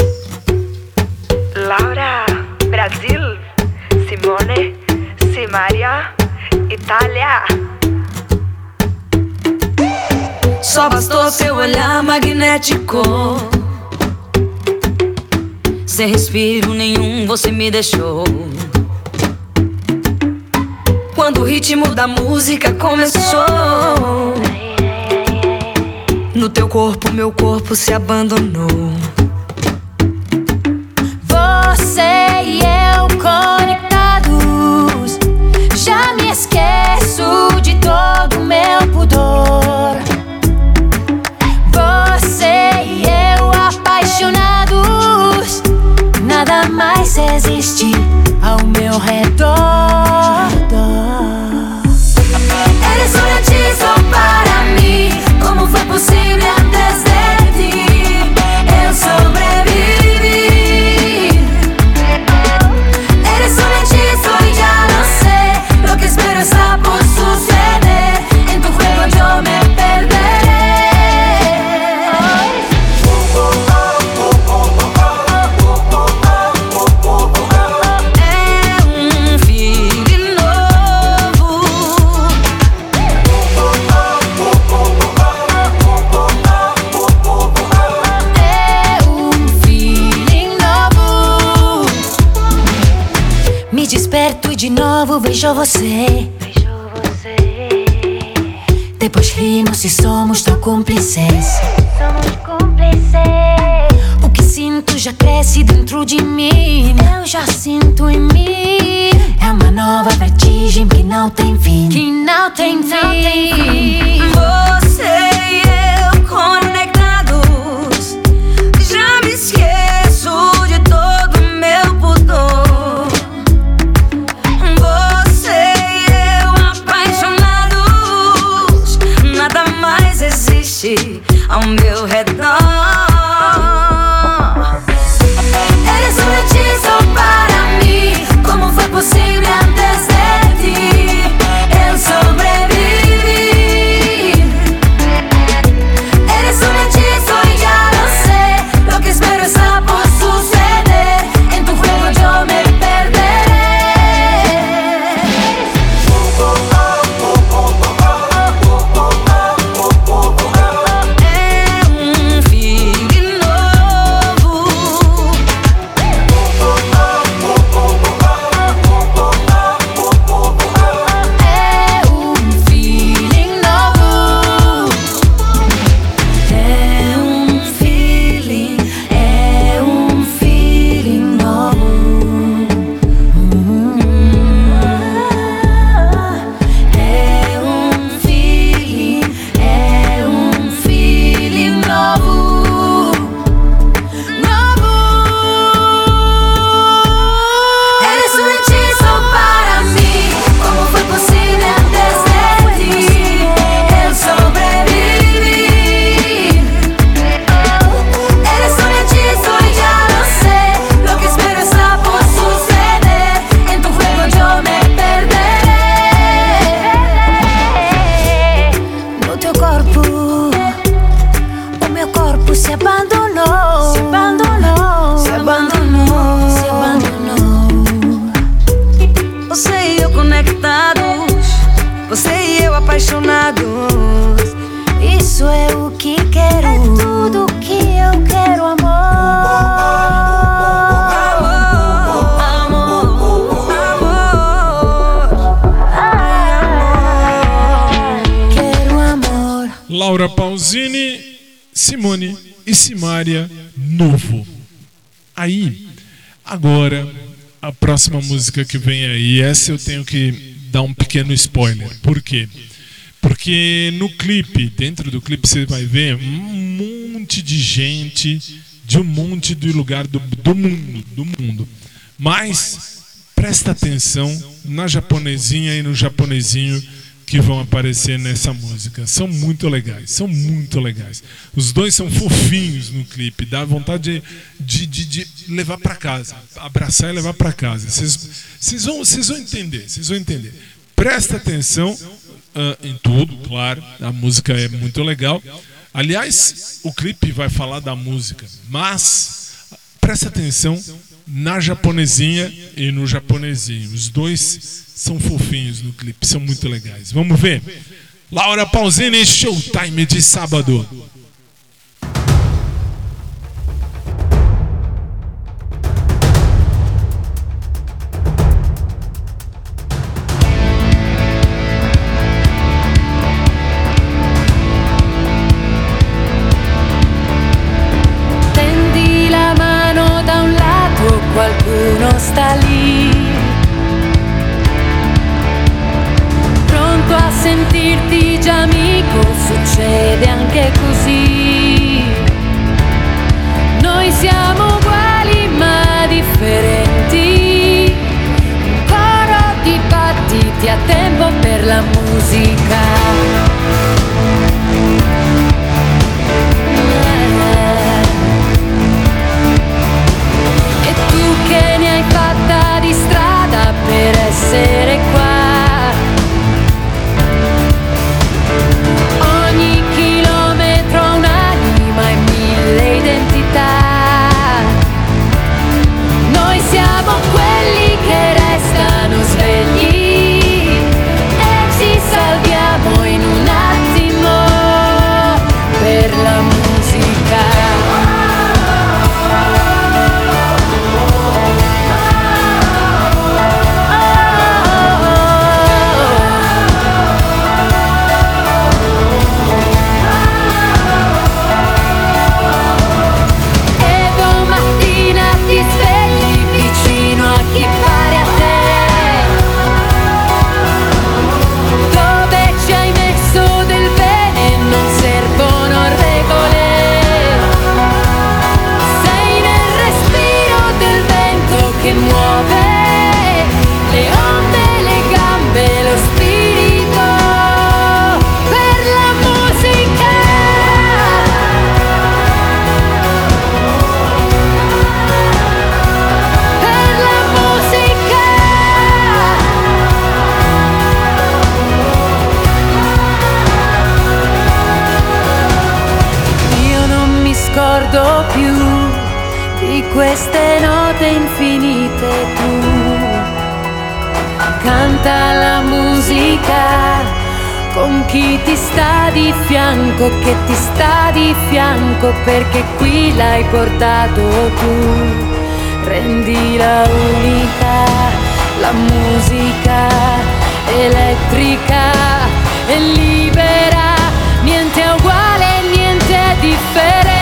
Laura, Brasil, Simone, Simária, Itália. Só bastou seu olhar magnético. Sem respiro nenhum você me deixou. Quando o ritmo da música começou, no teu corpo meu corpo se abandonou. Você e eu conectados, já me esqueço de todo o meu pudor. Você e eu apaixonados, nada mais existe ao meu redor. Eres un hechizo para mí. Como foi possível antes de ti eu sobreviví? Eres un hechizo y ya no sé. Lo que espero está por suceder. En tu juego yo me perderé. Desperto e de novo vejo você. Depois rimos e somos tão cúmplices. Somos cúmplices. O que sinto já cresce dentro de mim. Eu já sinto em mim. É uma nova vertigem que não tem fim. Que não tem fim. Você e eu conectados, já me esqueço de todo meu pudor. Ao meu redor. Eres un hechizo para mí. Como foi possível antes de ti eu sobreviví? Eres un hechizo y ya lo sé. Lo que espero está por suceder. En tu juego yo me perderé. Isso é o que quero, é tudo que eu quero, amor. Amor, amor, ah, quero amor. Laura Pausini, Simone e Simária, Novo. Aí, agora, a próxima música que vem aí, essa eu tenho que dar um pequeno spoiler. Por quê? Porque no clipe, dentro do clipe você vai ver um monte de gente de um monte de lugar do, do mundo, do mundo. Mas presta atenção na japonesinha e no japonesinho que vão aparecer nessa música. São muito legais, são muito legais. Os dois são fofinhos no clipe, dá vontade de, de, de, de levar para casa, abraçar e levar para casa. Vocês vão, vocês vão entender, vocês vão entender. Presta atenção uh, em tudo, claro, a música é muito legal. Aliás, o clipe vai falar da música, mas presta atenção na japonesinha e no japonesinho. Os dois são fofinhos no clipe, são muito legais. Vamos ver? Laura Pausini, Showtime de sábado. Tendi la mano da un lato, qualcuno sta lì, pronto a sentirti già amico, succede anche così. Noi siamo uguali ma differenti, un coro di battiti a tempo per la musica. E tu che ne hai fatta di strada per essere qua, ogni chilometro ha un'anima e mille identità. Noi siamo quelli che restano svegli e ci salviamo in un attimo per la musica. Queste note infinite tu canta la musica con chi ti sta di fianco, che ti sta di fianco perché qui l'hai portato tu. Rendila unica, la musica elettrica e libera, niente è uguale, niente è differente.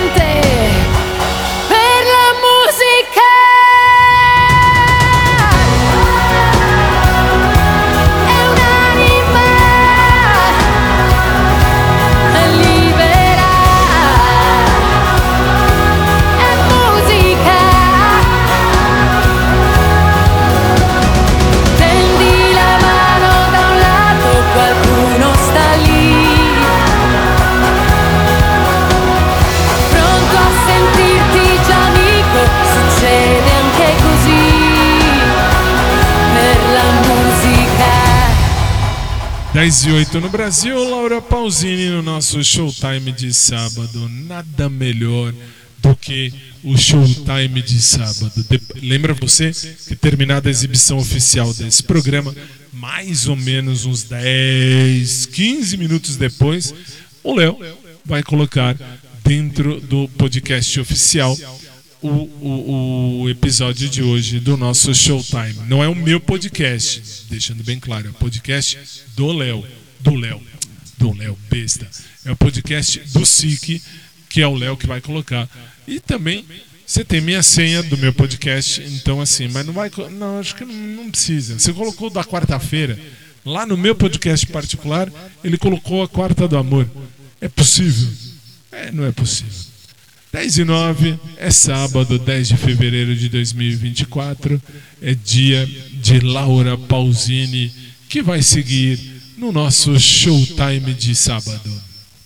dez e oito no Brasil, Laura Pausini no nosso Showtime de sábado. Nada melhor do que o Showtime de sábado. De... Lembra você que terminada a exibição oficial desse programa, mais ou menos uns dez, quinze minutos depois, o Léo vai colocar dentro do podcast oficial o, o, o episódio de hoje do nosso Showtime. Não é o meu podcast, deixando bem claro, é o podcast do Léo, do Léo, do Léo besta. É o podcast do S I C, que é o Léo que vai colocar. E também você tem minha senha do meu podcast, então assim, mas não vai, não, acho que não, não precisa. Você colocou da quarta-feira, lá no meu podcast particular, ele colocou a Quarta do Amor. É possível? É, não é possível. dez e nove, é sábado, dez de fevereiro de dois mil e vinte e quatro, é dia de Laura Pausini, que vai seguir no nosso Showtime de sábado.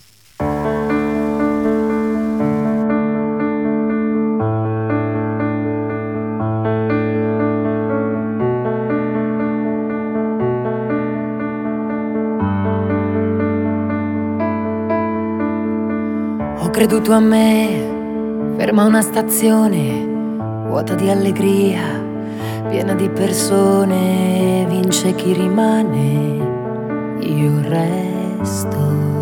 Ho creduto a me, ferma una stazione, vuota di allegria, piena di persone, vince chi rimane, io resto.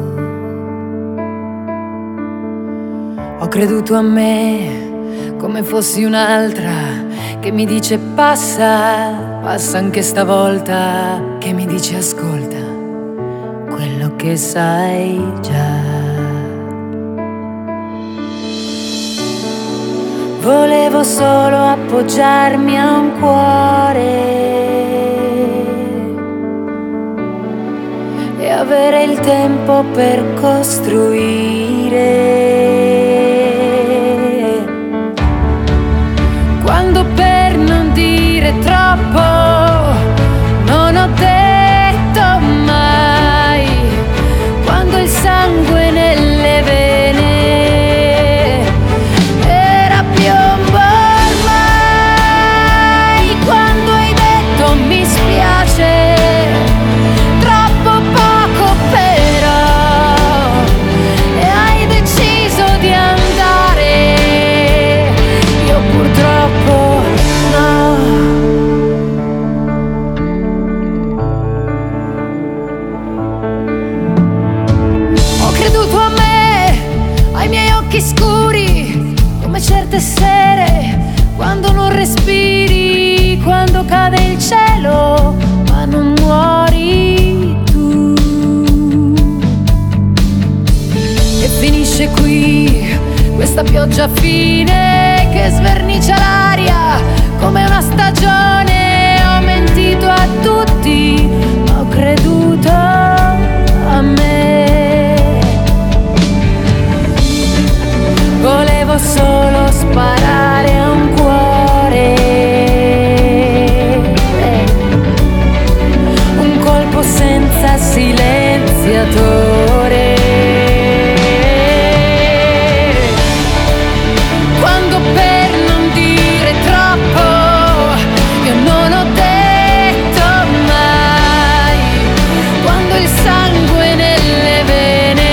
Ho creduto a me, come fossi un'altra, che mi dice passa, passa anche stavolta, che mi dice ascolta, quello che sai già. Volevo solo appoggiarmi a un cuore e avere il tempo per costruire. Quando per non dire troppo non ho detto mai, quando il sangue nelle vene scuri come certe sere, quando non respiri, quando cade il cielo ma non muori tu. E finisce qui questa pioggia fine che svernicia l'aria come una stagione. Ho mentito a tutti, ho creduto a me. Volevo solo sparare a un cuore, un colpo senza silenziatore. Quando per non dire troppo io non ho detto mai, quando il sangue nelle vene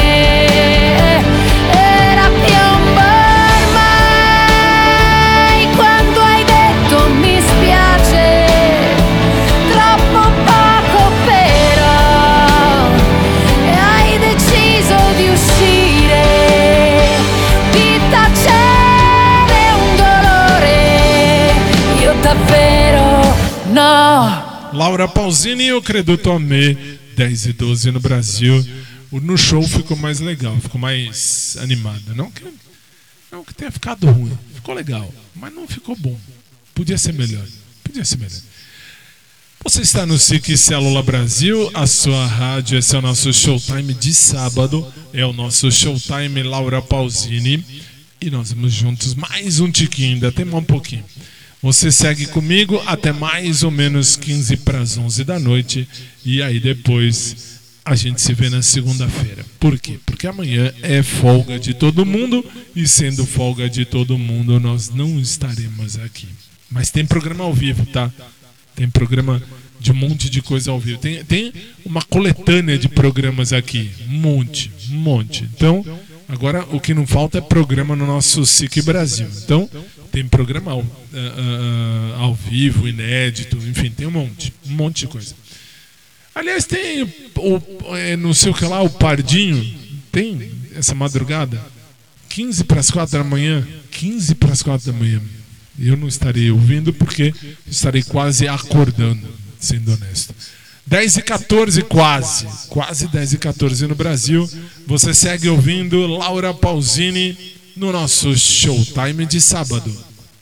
Laura Pausini, eu creduto a me, dez e doze no Brasil. No show ficou mais legal, ficou mais animado. Não que, não que tenha ficado ruim, ficou legal, mas não ficou bom. Podia ser melhor, podia ser melhor. Você está no S I C Célula Brasil, a sua rádio, esse é o nosso Showtime de sábado, é o nosso Showtime Laura Pausini. E nós vamos juntos mais um tiquinho, ainda tem mais um pouquinho. Você segue comigo até mais ou menos quinze para as onze da noite. E aí depois a gente se vê na segunda-feira. Por quê? Porque amanhã é folga de todo mundo. E sendo folga de todo mundo, nós não estaremos aqui. Mas tem programa ao vivo, tá? Tem programa de um monte de coisa ao vivo. Tem, tem uma coletânea de programas aqui. Um monte, um monte. Então, agora o que não falta é programa no nosso S I C Brasil. Então, tem programa ao, uh, uh, ao vivo, inédito, enfim, tem um monte, um monte de coisa. Aliás, tem o, o, não sei o que lá, o Pardinho, Tem essa madrugada? quinze para as quatro da manhã? quinze para as quatro da manhã. Eu não estarei ouvindo porque estarei quase acordando, sendo honesto. dez e quatorze quase. Quase dez e quatorze no Brasil. Você segue ouvindo Laura Pausini no nosso Showtime de sábado.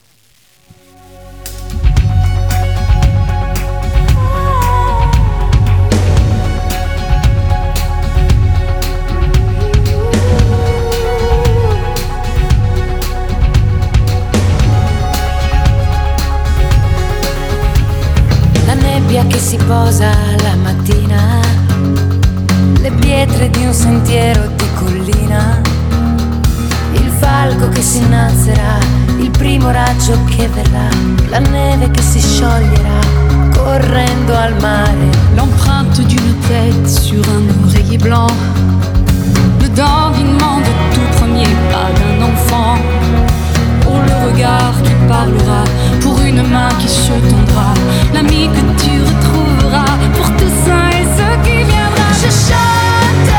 Che si posa la mattina, le pietre di un sentiero di collina, il falco che si innalzerà, il primo raggio che verrà, la neve che si scioglierà correndo al mare, l'empreinte d'une tête sur un oreiller blanc, le dandinement de tout premier pas d'un enfant, ou le regard qui parlera pour une main qui se tendra, l'ami que tu retrouveras pour tous saints et ceux qui viendront. Je chante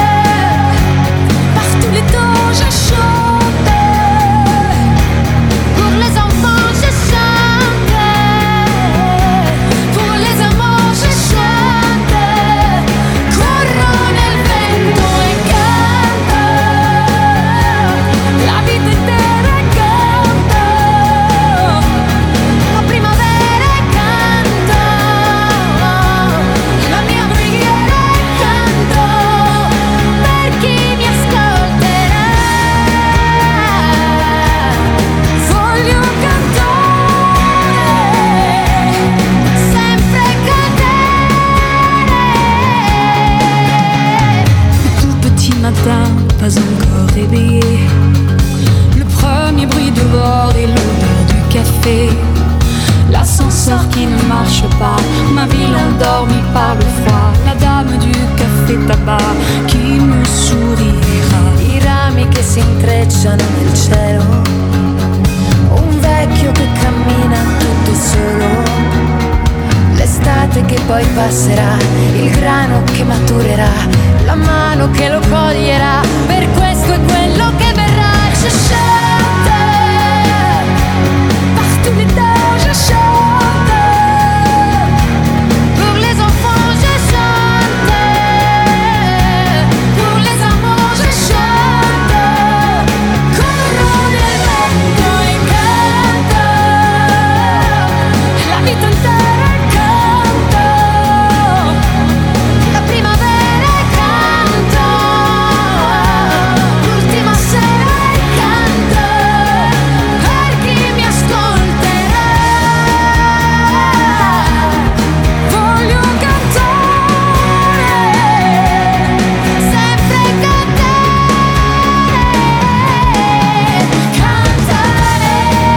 par tous les temps, je chante pour les enfants, je chante pour les amants, je chante. Corro nel vento e canto la vita intera e canto la primavera e canto la mia preghiera e canto per chi mi ascolterà. Voglio cantare sempre con te. Le tout petit matin, pas encore réveillé, le premier bruit dehors et l'odeur du café, l'ascenseur qui ne marche pas, ma ville endormie par le froid, la dame du café tabac qui me sourira, i rami che si intrecciano nel cielo, un vecchio che cammina tutto solo, l'estate che poi passerà, il grano che maturerà, la mano che lo coglierà, per questo è quello che verrà. Je chante par tous les temps, je chante pour les enfants, je chante pour les amants, je chante. Corro nel vento e canto la vita intera e canto la primavera e canto l'ultima sera e canto per chi mi ascolterà. Voglio cantare sempre con te, cantare.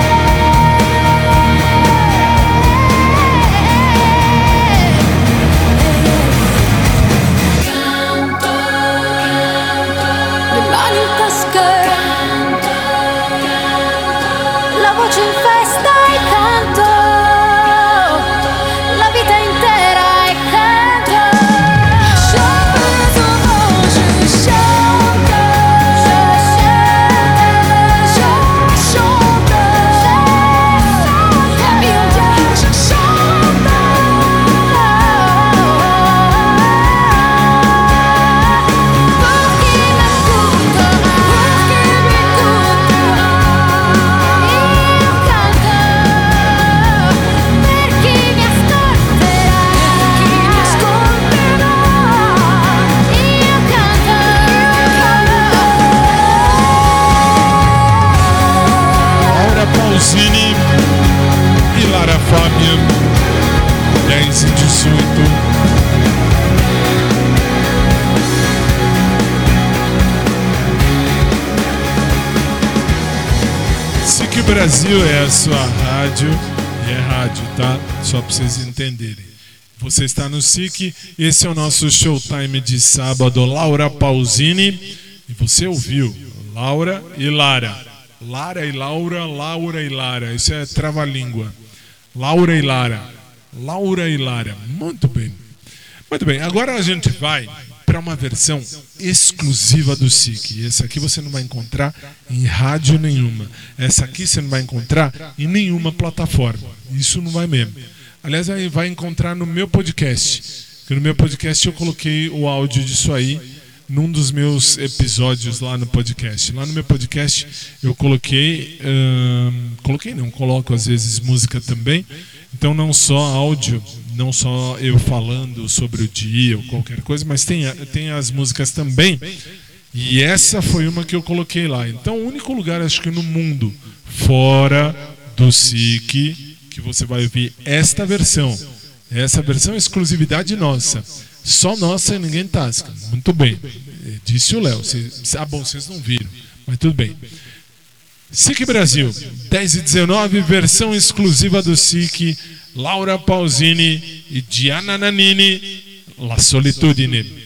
Canto, le mani in tasca, la voce in festa e canto la vita intera e canto. Chante, je chante, je chante, je chante, la vie entière je chante pour qui m'écoutera, pour qui m'écoutera. Io canto per chi mi ascolterà, chi mi ascolterà. Io canto, Laura Pausini e Lara Fabian, dez e dezoito. S I C Brasil é a sua rádio, e é rádio, tá? Só para vocês entenderem. Você está no S I C, esse é o nosso Showtime de sábado, Laura Pausini, e você ouviu Laura e Lara. Lara e Laura, Laura e Lara, isso é trava-língua. Laura e Lara, Laura e Lara, muito bem. Muito bem, agora a gente vai para uma versão exclusiva do S I C. Essa aqui você não vai encontrar em rádio nenhuma. Essa aqui você não vai encontrar em nenhuma plataforma. Isso não vai mesmo. Aliás, aí vai encontrar no meu podcast. Que no meu podcast eu coloquei o áudio disso aí num dos meus episódios lá no podcast. Lá no meu podcast eu coloquei... Hum, coloquei não, coloco às vezes música também. Então não só áudio, não só eu falando sobre o dia ou qualquer coisa, mas tem, tem as músicas também. E essa foi uma que eu coloquei lá. Então o único lugar, acho que no mundo, fora do S I C, que você vai ouvir esta versão. Essa versão é exclusividade nossa. Só nossa e ninguém tasca. Muito bem. Disse o Léo. Ah, bom, vocês não viram. Mas tudo bem. S I C Brasil, dez e dezenove, versão exclusiva do S I C, Laura Pausini e Gianna Nannini, La Solitudine.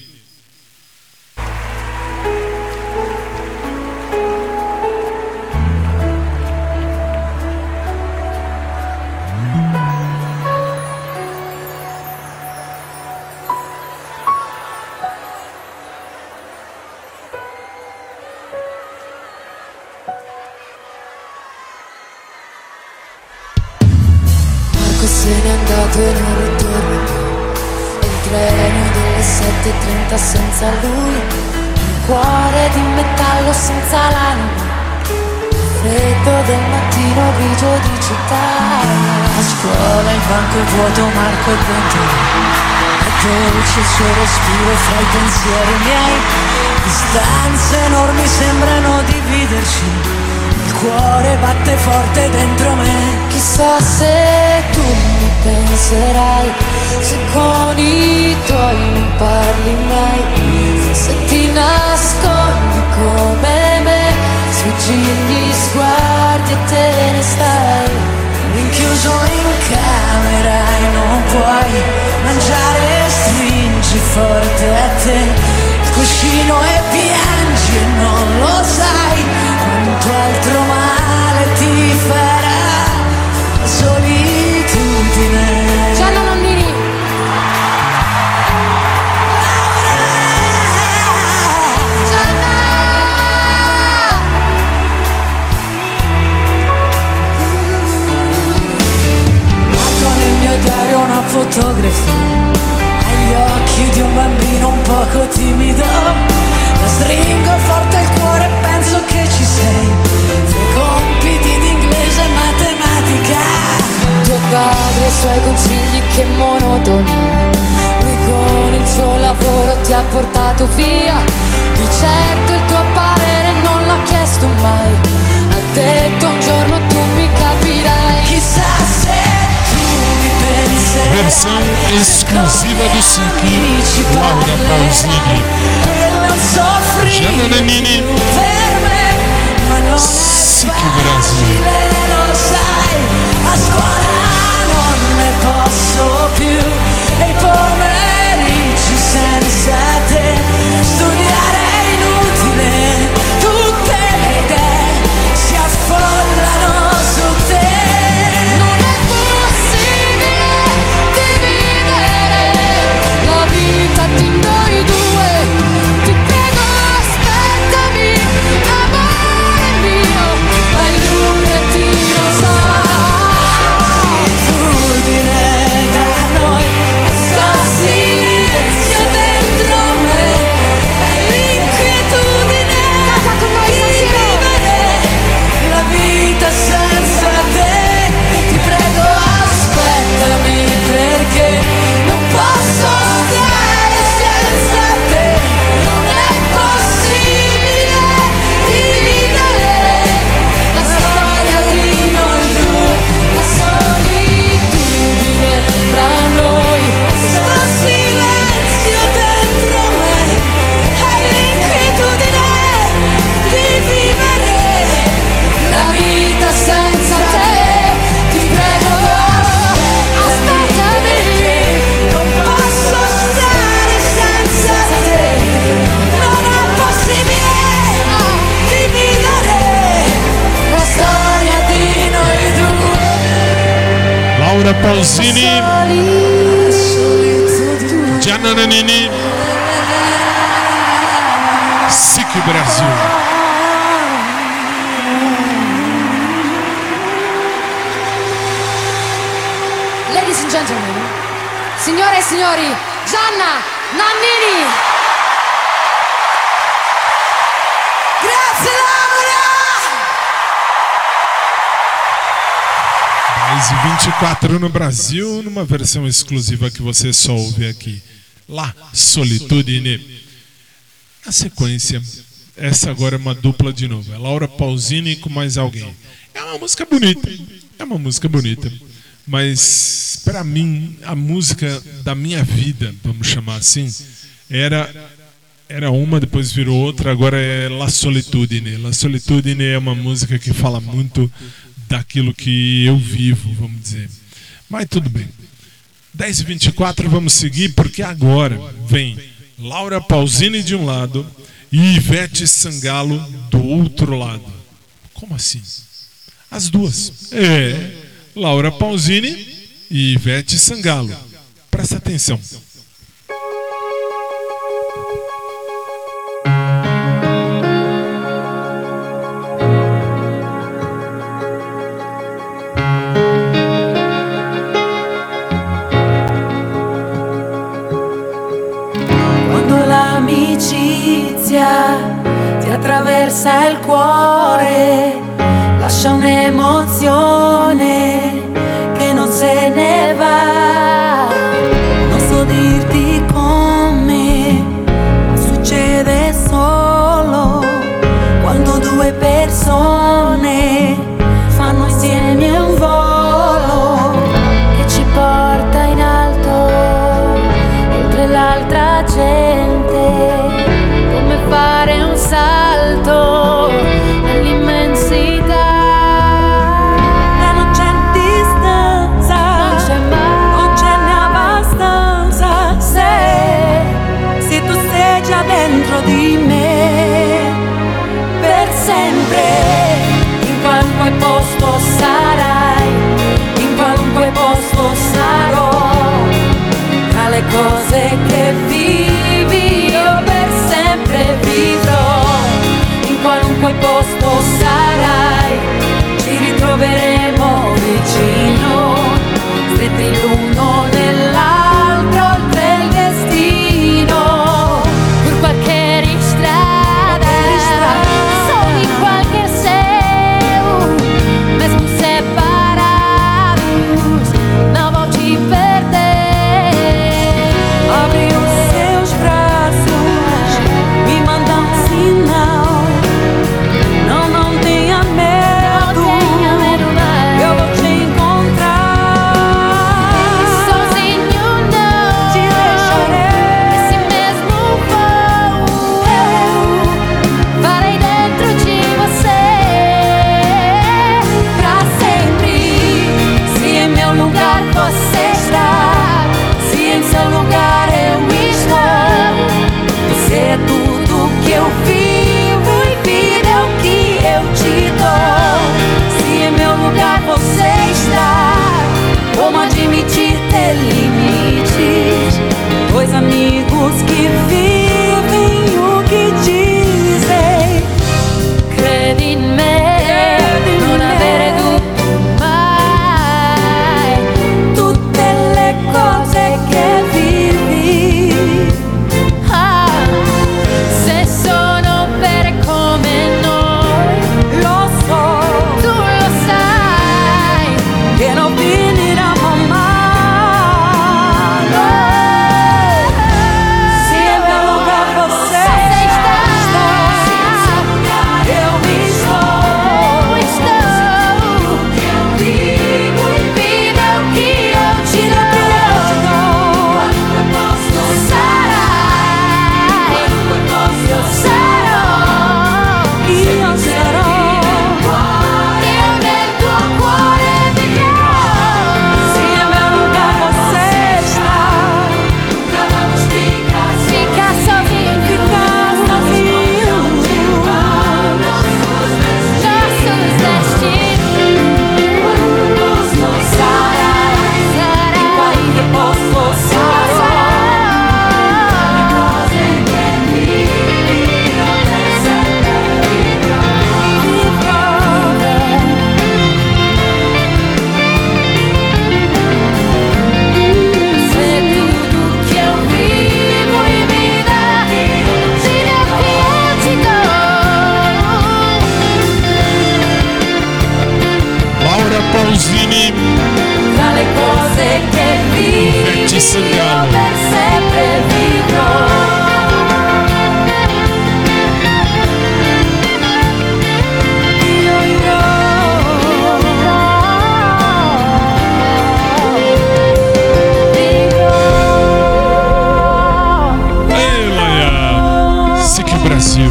Se n'è andato e non ritorna, e il treno delle sette e trenta senza lui, un cuore di metallo senza l'anima, il freddo del mattino grigio di città. A scuola il banco è vuoto, Marco è dentro, è dolce il suo respiro fra i pensieri miei, distanze enormi sembrano dividerci. Il cuore batte forte dentro me. Chissà se tu mi penserai, se con i tuoi non parli mai, se ti nascondi come me, sfuggi gli sguardi e te ne stai rinchiuso in camera e non puoi mangiare, stringi forte a te il cuscino e piangi e non lo sai quanto altro male ti farà la solitudine. Gianna Nannini. Gianna. Guardo nel mio diario una fotografia, agli occhi di un bambino un poco timido. La stringo forte al cuore e penso che ci sei, fai compiti di inglese e matematica. Tuo padre e i suoi consigli che monotonia, lui con il suo lavoro ti ha portato via. Di certo il tuo parere non l'ha chiesto mai, ha detto un giorno tu mi capirai. Chissà se tu mi penserai. Versão exclusiva do S I C, Laura Pausini, Gianna Nannini, S I C Brasil. Lo sai, a scuola non ne posso più, e i pomeriggi senza te, studiare è inutile, tutte le idee si affollano su te. Non è possibile dividere la vita di noi due, ti prego aspettami, amore mio, vai lunedì lo sai, solitudine da noi, sto silenzio dentro me, è l'inquietudine di vivere la vita senza te, ti prego aspettami perché non posso stare senza te, non è possibile dividere la storia di noi due, la solitudine tra noi, sto silenzio dentro me, è l'inquietudine di vivere la vita senza te, ti prego aspettami, non posso stare senza te, non è possibile dividere la storia di noi due. Laura Pausini, Gianna Nannini, Brasil. Ladies and gentlemen, signore e signori, Gianna Nannini. Grazie Laura! dez e vinte e quatro no Brasil, numa versão exclusiva que você só ouve aqui. La Solitudine. Na sequência, essa agora é uma dupla de novo. É Laura Pausini com mais alguém. É uma música bonita. É uma música bonita. Mas, para mim, a música da minha vida, vamos chamar assim, era, era uma, depois virou outra, agora é La Solitudine. La Solitudine é uma música que fala muito daquilo que eu vivo, vamos dizer. Mas tudo bem. dez e vinte e quatro, vamos seguir, porque agora vem Laura Pausini de um lado e Ivete Sangalo do outro lado. Como assim? As duas. É... Laura Pausini e Ivete Sangalo. Presta atenção. Quando l'amicizia ti attraversa il cuore, lascia un'emozione che non se ne va. Non so dirti come, ma succede solo quando due persone fanno insieme un volo che ci porta in alto, oltre l'altra gente, come fare un salto nell'immensità. Dentro di me per sempre, in qualunque posto sarai, in qualunque posto sarò, tra le cose che vivi io per sempre vivrò, in qualunque posto sarai, ci ritroveremo vicino, stretti l'uno nell'altro oltre il destino. Qualche ristra Sangalo. Per sempre vivrò. Brasil.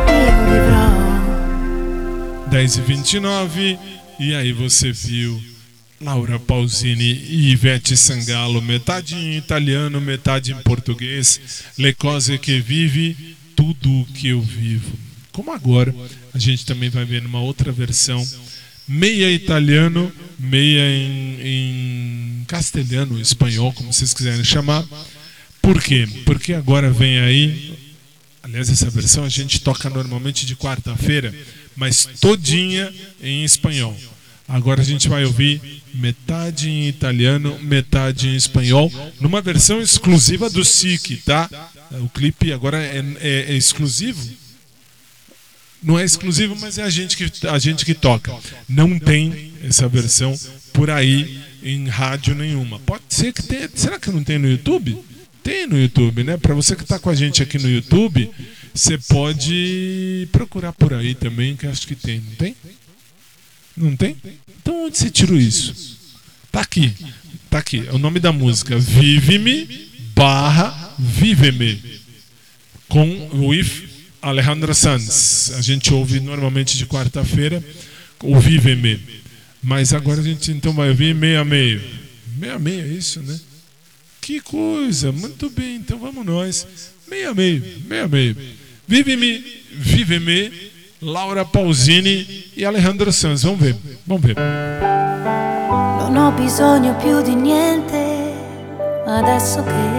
dez e vinte e nove. E aí você viu Laura Pausini e Ivete Sangalo, metade em italiano, metade em português. Le cose que vive, tudo que eu vivo. Como agora a gente também vai ver numa outra versão, meia italiano, meia em, em castelhano, espanhol, como vocês quiserem chamar. Por quê? Porque agora vem aí. Aliás, essa versão a gente toca normalmente de quarta-feira, mas todinha em espanhol. Agora a gente vai ouvir metade em italiano, metade em espanhol, numa versão exclusiva do S I C, tá? O clipe agora é, é, é exclusivo. Não é exclusivo, mas é a gente, que, a gente que toca. Não tem essa versão por aí em rádio nenhuma. Pode ser que tenha. Será que não tem no YouTube? Tem no YouTube, né? Para você que está com a gente aqui no YouTube, você pode procurar por aí também, que acho que tem, não tem? Não tem? Então onde você tirou isso? Tá aqui, tá aqui. É o nome da música, Vive-me barra Vive-me, com o If Alejandro Sanz. A gente ouve normalmente de quarta-feira o Vive-me, mas agora a gente então vai ouvir meio a meio. Meio a meio é isso, né? Que coisa, muito bem, então vamos nós. Meio a meio, meio a meio. Vive-me, Vive-me, Laura Pausini e Alejandro Sanz. Vamos ver, vamos ver. Non ho bisogno più di niente adesso che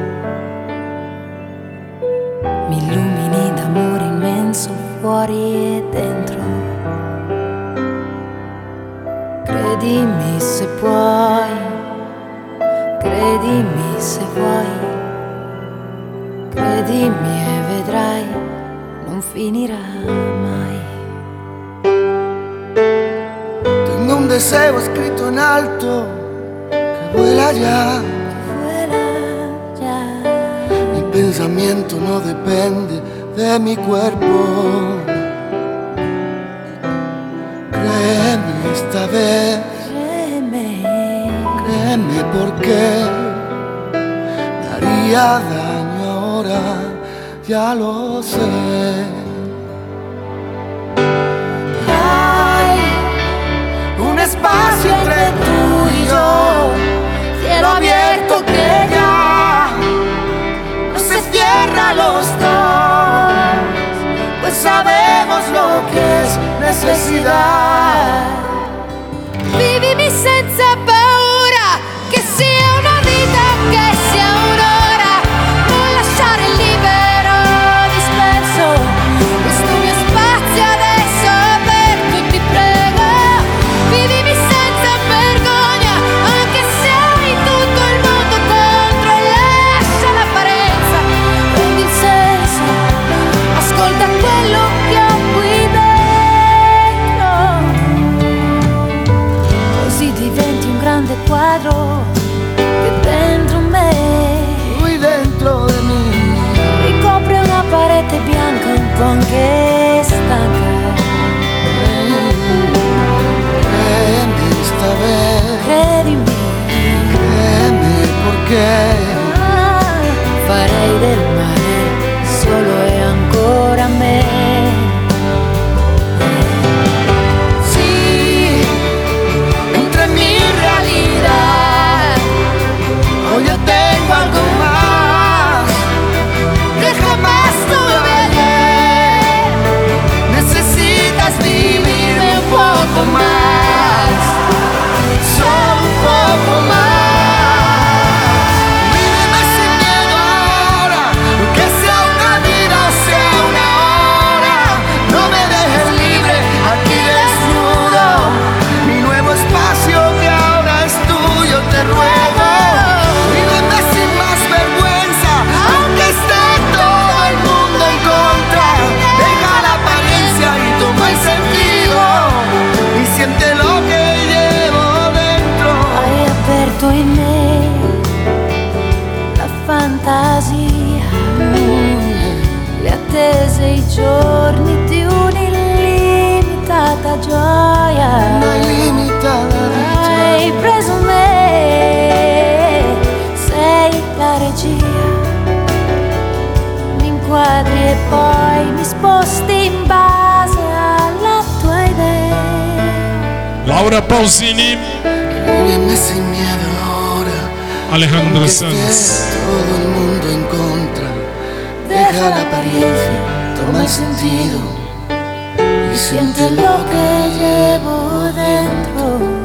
mi illumini d'amore immenso fuori e dentro. Credimi se puoi. Credimi se vuoi, credimi e vedrai, non finirà mai. Tengo un deseo escrito en alto que vuela ya, que vuela ya. Mi pensamiento no depende de mi cuerpo. Créeme esta vez. Créeme porque me haría daño ahora, ya lo sé. Hay un espacio entre tú y yo, cielo abierto que ya no se cierra a los dos, pues sabemos lo que es necesidad. Vivimi senza paura, che sia una vita, che sia un'ora, non lasciare libero disperso questo mio spazio adesso aperto, ti prego. Vivimi senza vergogna, anche se hai tutto il mondo contro, e lascia l'apparenza, prendi il senso, ascolta quello che ho qui dentro, così diventi un grande quadro che dentro me, Qui dentro de mí, ricopre una parete bianca un po' anche stanca. créeme esta vez. Credimi, Créeme porque ah, farei del male solo e ancora a me. sí, entre mi realidad, hoy yo tengo algo más que jamás tuve ayer. e poi mi sposti in base alla tua idea. Laura Pausini, Sin miedo ahora, Alejandro aunque Sanz. esté todo el mundo en contra. Deja la apariencia, toma el sentido y siente lo que llevo dentro.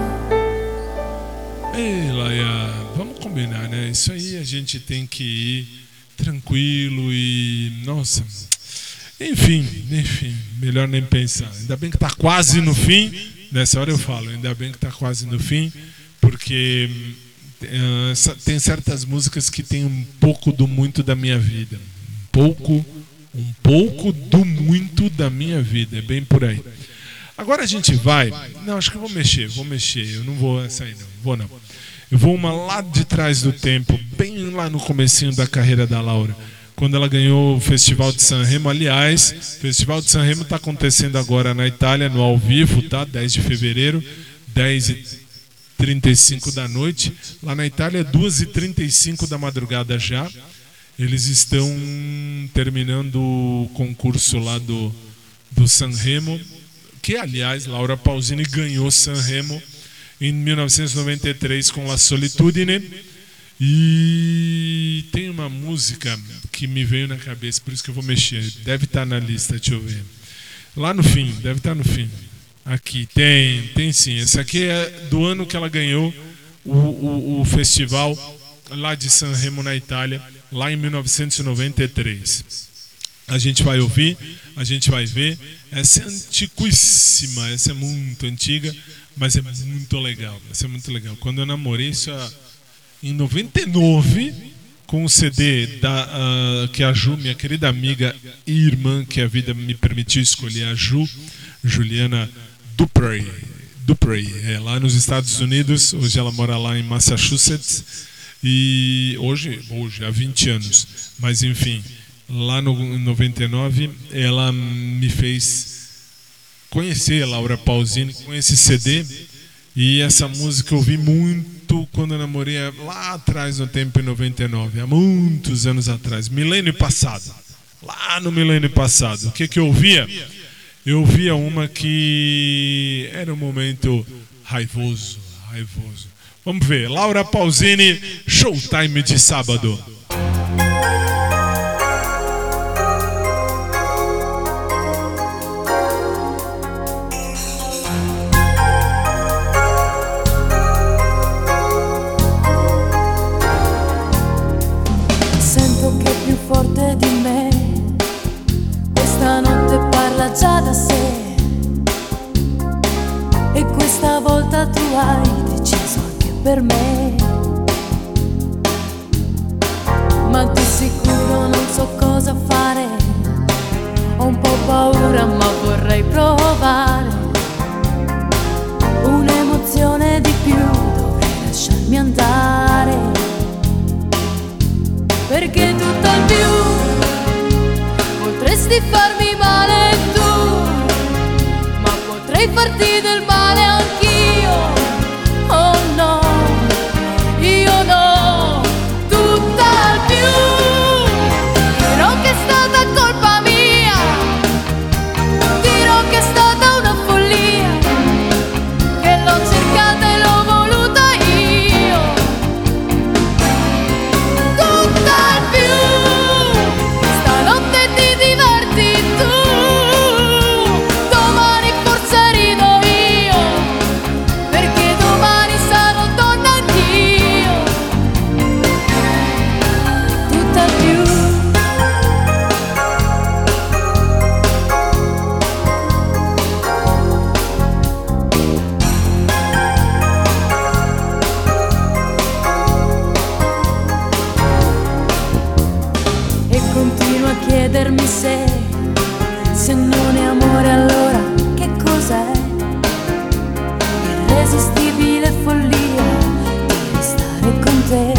Ei, Laia, vamos combinar, né? Isso aí a gente tem que ir tranquilo e... Nossa... Enfim, enfim, melhor nem pensar. Ainda bem que tá quase no fim. Nessa hora eu falo, ainda bem que tá quase no fim, porque uh, tem certas músicas que tem um pouco do muito da minha vida. Um pouco, um pouco do muito da minha vida. É bem por aí. Agora a gente vai... Não, acho que eu vou mexer, vou mexer. Eu não vou sair, não. Vou não. Eu vou uma lá de trás do tempo, bem lá no comecinho da carreira da Laura, quando ela ganhou o Festival de Sanremo. Aliás, o Festival de Sanremo está acontecendo agora na Itália, no ao vivo, tá? dez de fevereiro, dez e trinta e cinco da noite. Lá na Itália, duas e trinta e cinco da madrugada já. Eles estão terminando o concurso lá do, do Sanremo, que, aliás, Laura Pausini ganhou Sanremo em mil novecentos e noventa e três com La Solitudine. E tem uma música que me veio na cabeça, por isso que eu vou mexer. Deve estar na lista, deixa eu ver. Lá no fim, deve estar no fim. Aqui, tem, tem sim. Essa aqui é do ano que ela ganhou o, o, o festival lá de Sanremo, na Itália, lá em mil novecentos e noventa e três. A gente vai ouvir, a gente vai ver. Essa é antiquíssima, essa é muito antiga, mas é muito legal. Essa é muito legal. Quando eu namorei, isso é em noventa e nove, com o C D da, uh, que a Ju, minha querida amiga e irmã, que a vida me permitiu escolher, a Ju, Juliana Duprey, Duprey, é, lá nos Estados Unidos. Hoje ela mora lá em Massachusetts. E hoje, hoje há vinte anos, mas enfim, lá no, em noventa e nove, ela me fez conhecer a Laura Pausini com esse C D. E essa música eu ouvi muito quando eu namorei lá atrás, no tempo, em noventa e nove, há muitos anos atrás, milênio passado, lá no milênio passado. O que que eu ouvia? Eu ouvia uma que era um momento raivoso, raivoso. Vamos ver, Laura Pausini, Showtime de sábado. Sento che più forte di me questa notte parla già da sé, e questa volta tu hai deciso anche per me. Ma di sicuro non so cosa fare, ho un po' paura ma vorrei provare un'emozione di più, dovrei lasciarmi andare, perché tutt'al più potresti farmi male tu, ma potrei farti del male anch'io. Oh no, io no, tutt'al più dirò che è stata colpa mia, dirò che è stata una follia, che l'ho cercata e l'ho voluta io. Tutt'al più stanotte ti diverti tu, domani forse rido io, perché domani sarò donna anch'io. Tutt'al più e continuo a chiedermi se, se non è amore allora che cos'è? Irresistibile follia di restare con te.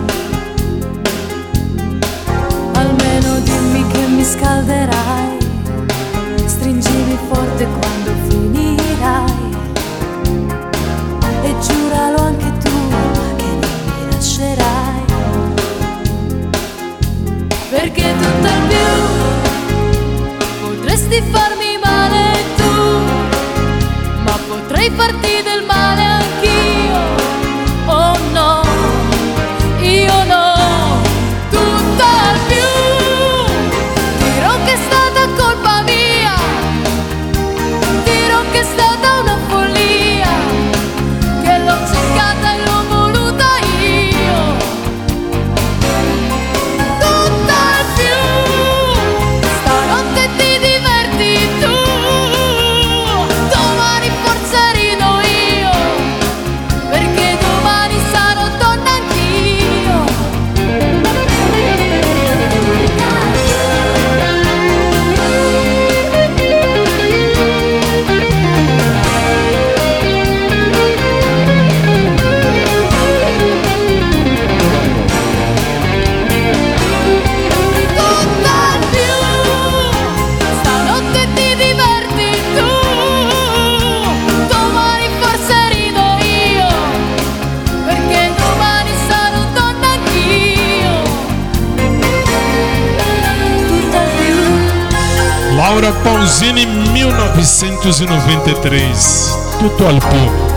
Almeno dimmi che mi scalderai, stringimi forte quando finirai, e giuralo anche tu che non mi lascerai, perché tutt'al più Laura Pausini, mil novecentos e noventa e três. Tutto al po'.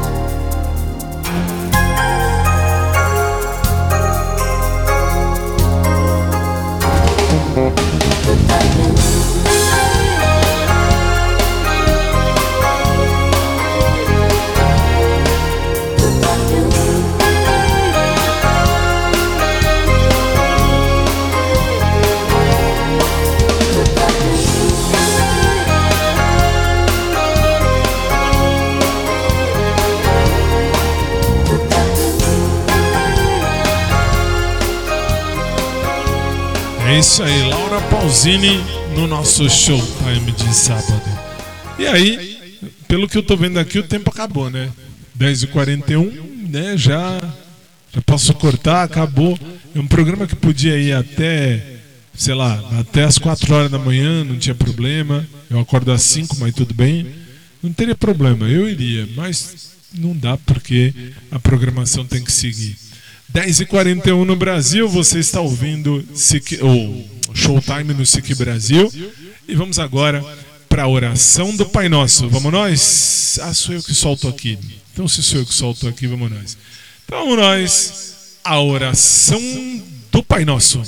É isso aí, Laura Pausini no nosso Showtime de sábado. E aí, pelo que eu tô vendo aqui, o tempo acabou, né? dez e quarenta e um, né? Já, já posso cortar, acabou. É um programa que podia ir até, sei lá, até as quatro horas da manhã, não tinha problema. Eu acordo às cinco, mas tudo bem. Não teria problema, eu iria, mas não dá porque a programação tem que seguir. dez e quarenta e um no Brasil, você está ouvindo o Showtime no S I C Brasil. E vamos agora para a oração do Pai Nosso. Vamos nós? Ah, sou eu que solto aqui. Então, se sou eu que solto aqui, vamos nós. Então, vamos nós. A oração do Pai Nosso.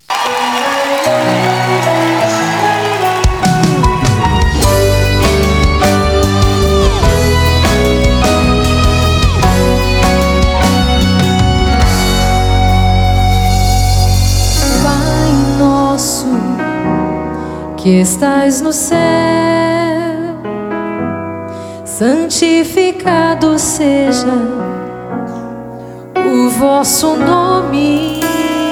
Que estás no céu, santificado seja o vosso nome.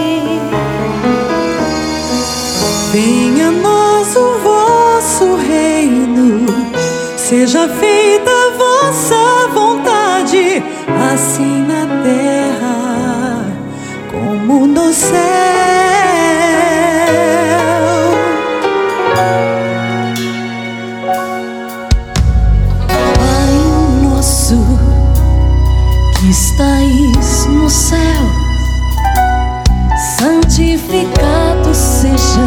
Venha a nós o vosso reino, seja feita a vossa vontade, assim na terra como no céu. Estais no céu, santificado seja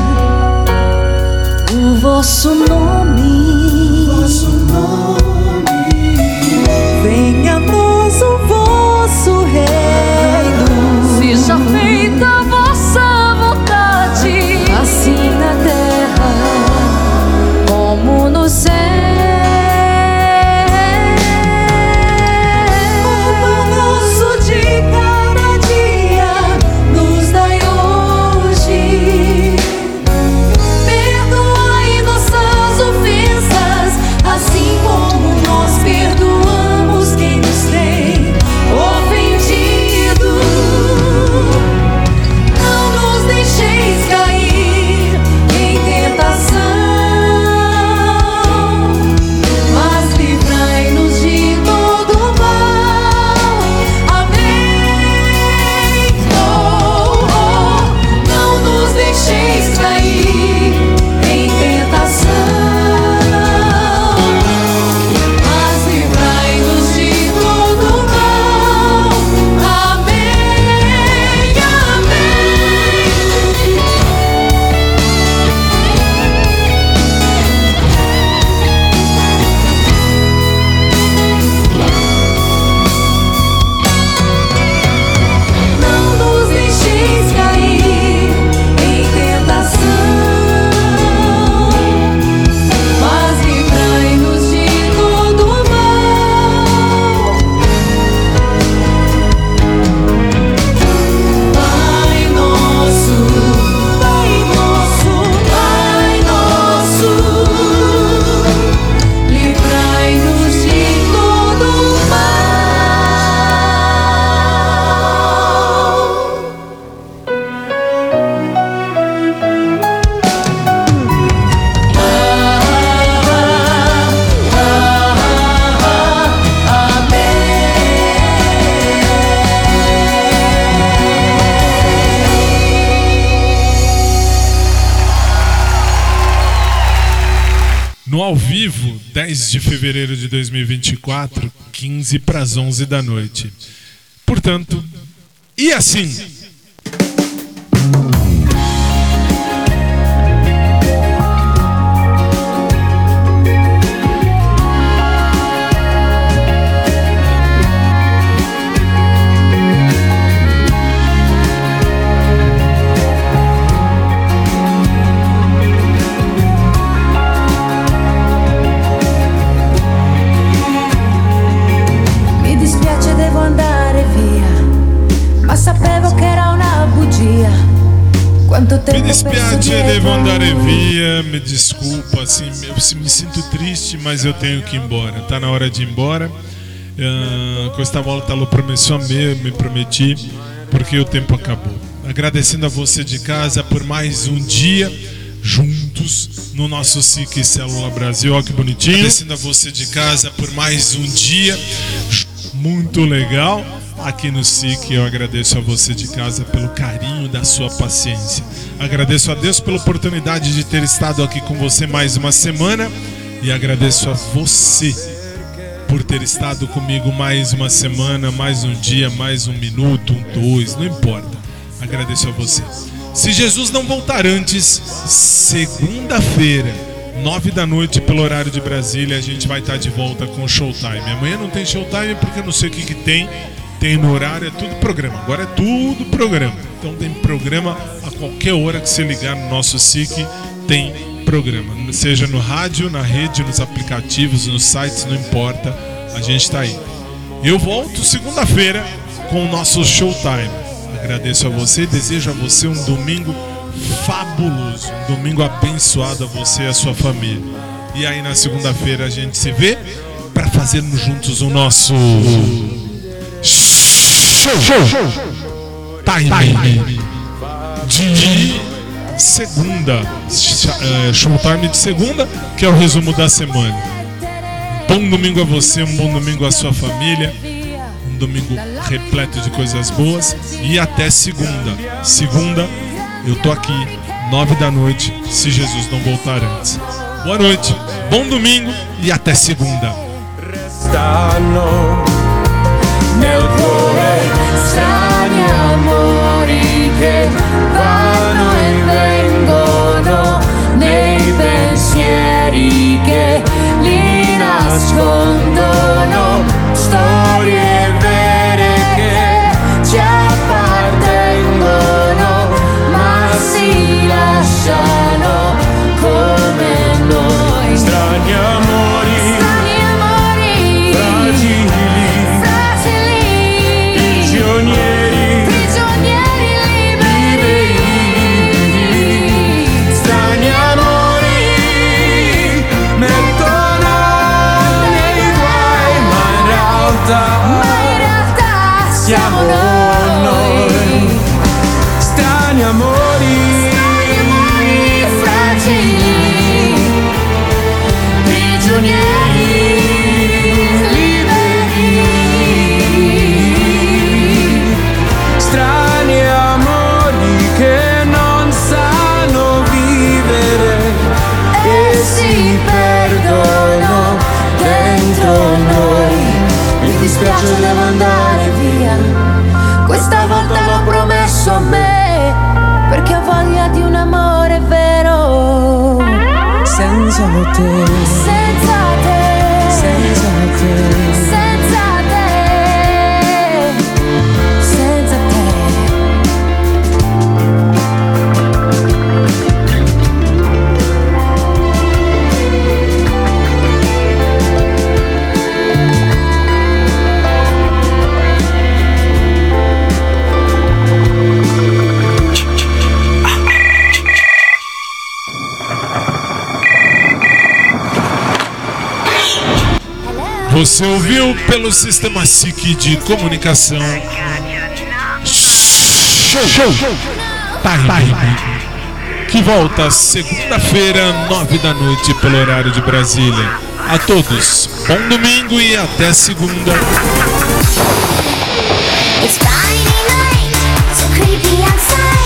o vosso nome. Vosso nome. Venha a nós o vosso reino, seja feita a vossa vontade, assim na terra como no céu. Ao vivo, dez de fevereiro de dois mil e vinte e quatro, quinze para as onze da noite. Portanto, e assim... Mi spiace, devo andare via, me desculpa, assim, eu me sinto triste, mas eu tenho que ir embora, tá na hora de ir embora. Uh, questa volta l'ho promesso a me, me prometi, porque o tempo acabou. Agradecendo a você de casa por mais um dia juntos no nosso S I C Célula Brasil. Olha que bonitinho. Agradecendo a você de casa por mais um dia muito legal aqui no S I C. Eu agradeço a você de casa pelo carinho da sua paciência. Agradeço a Deus pela oportunidade de ter estado aqui com você mais uma semana. E agradeço a você por ter estado comigo mais uma semana, mais um dia, mais um minuto, um, dois, não importa. Agradeço a você. Se Jesus não voltar antes, segunda-feira, nove da noite, pelo horário de Brasília, a gente vai estar de volta com o Showtime. Amanhã não tem Showtime porque eu não sei o que, que tem. Tem no horário, é tudo programa. Agora é tudo programa. Então tem programa a qualquer hora que você ligar no nosso S I C, tem programa. Seja no rádio, na rede, nos aplicativos, nos sites, não importa. A gente está aí. Eu volto segunda-feira com o nosso Showtime. Agradeço a você e desejo a você um domingo fabuloso. Um domingo abençoado a você e a sua família. E aí na segunda-feira a gente se vê para fazermos juntos o nosso show, show, show. Time de segunda, Showtime de segunda, que é o resumo da semana. Um bom domingo a você, um bom domingo à sua família, um domingo repleto de coisas boas e até segunda. Segunda, eu tô aqui, nove da noite, se Jesus não voltar antes. Boa noite, bom domingo e até segunda. Nel cuore strani amori che vanno e vengono nei pensieri che li nascondono, storie vere che ci appartengono ma si lasciano come noi. Strani amori, strani amori, fragili, prigionieri, prigionieri liberi, strani amori, mettono nei guai, ma in realtà, ma in realtà siamo noi, strani amori, strani amori, fragili, prigionieri liberi. Strani amori che non sanno vivere e si perdono dentro noi. Mi dispiace, devo andare via, questa volta l'ho promesso a me, perché ho voglia di un amore vero. Senza te, senza te, senza te, senza te, senza te. Você ouviu pelo Sistema S I C de comunicação Show, show. Time, que volta segunda-feira, nove da noite, pelo horário de Brasília. A todos, bom domingo e até segunda. It's Friday night, so creepy outside.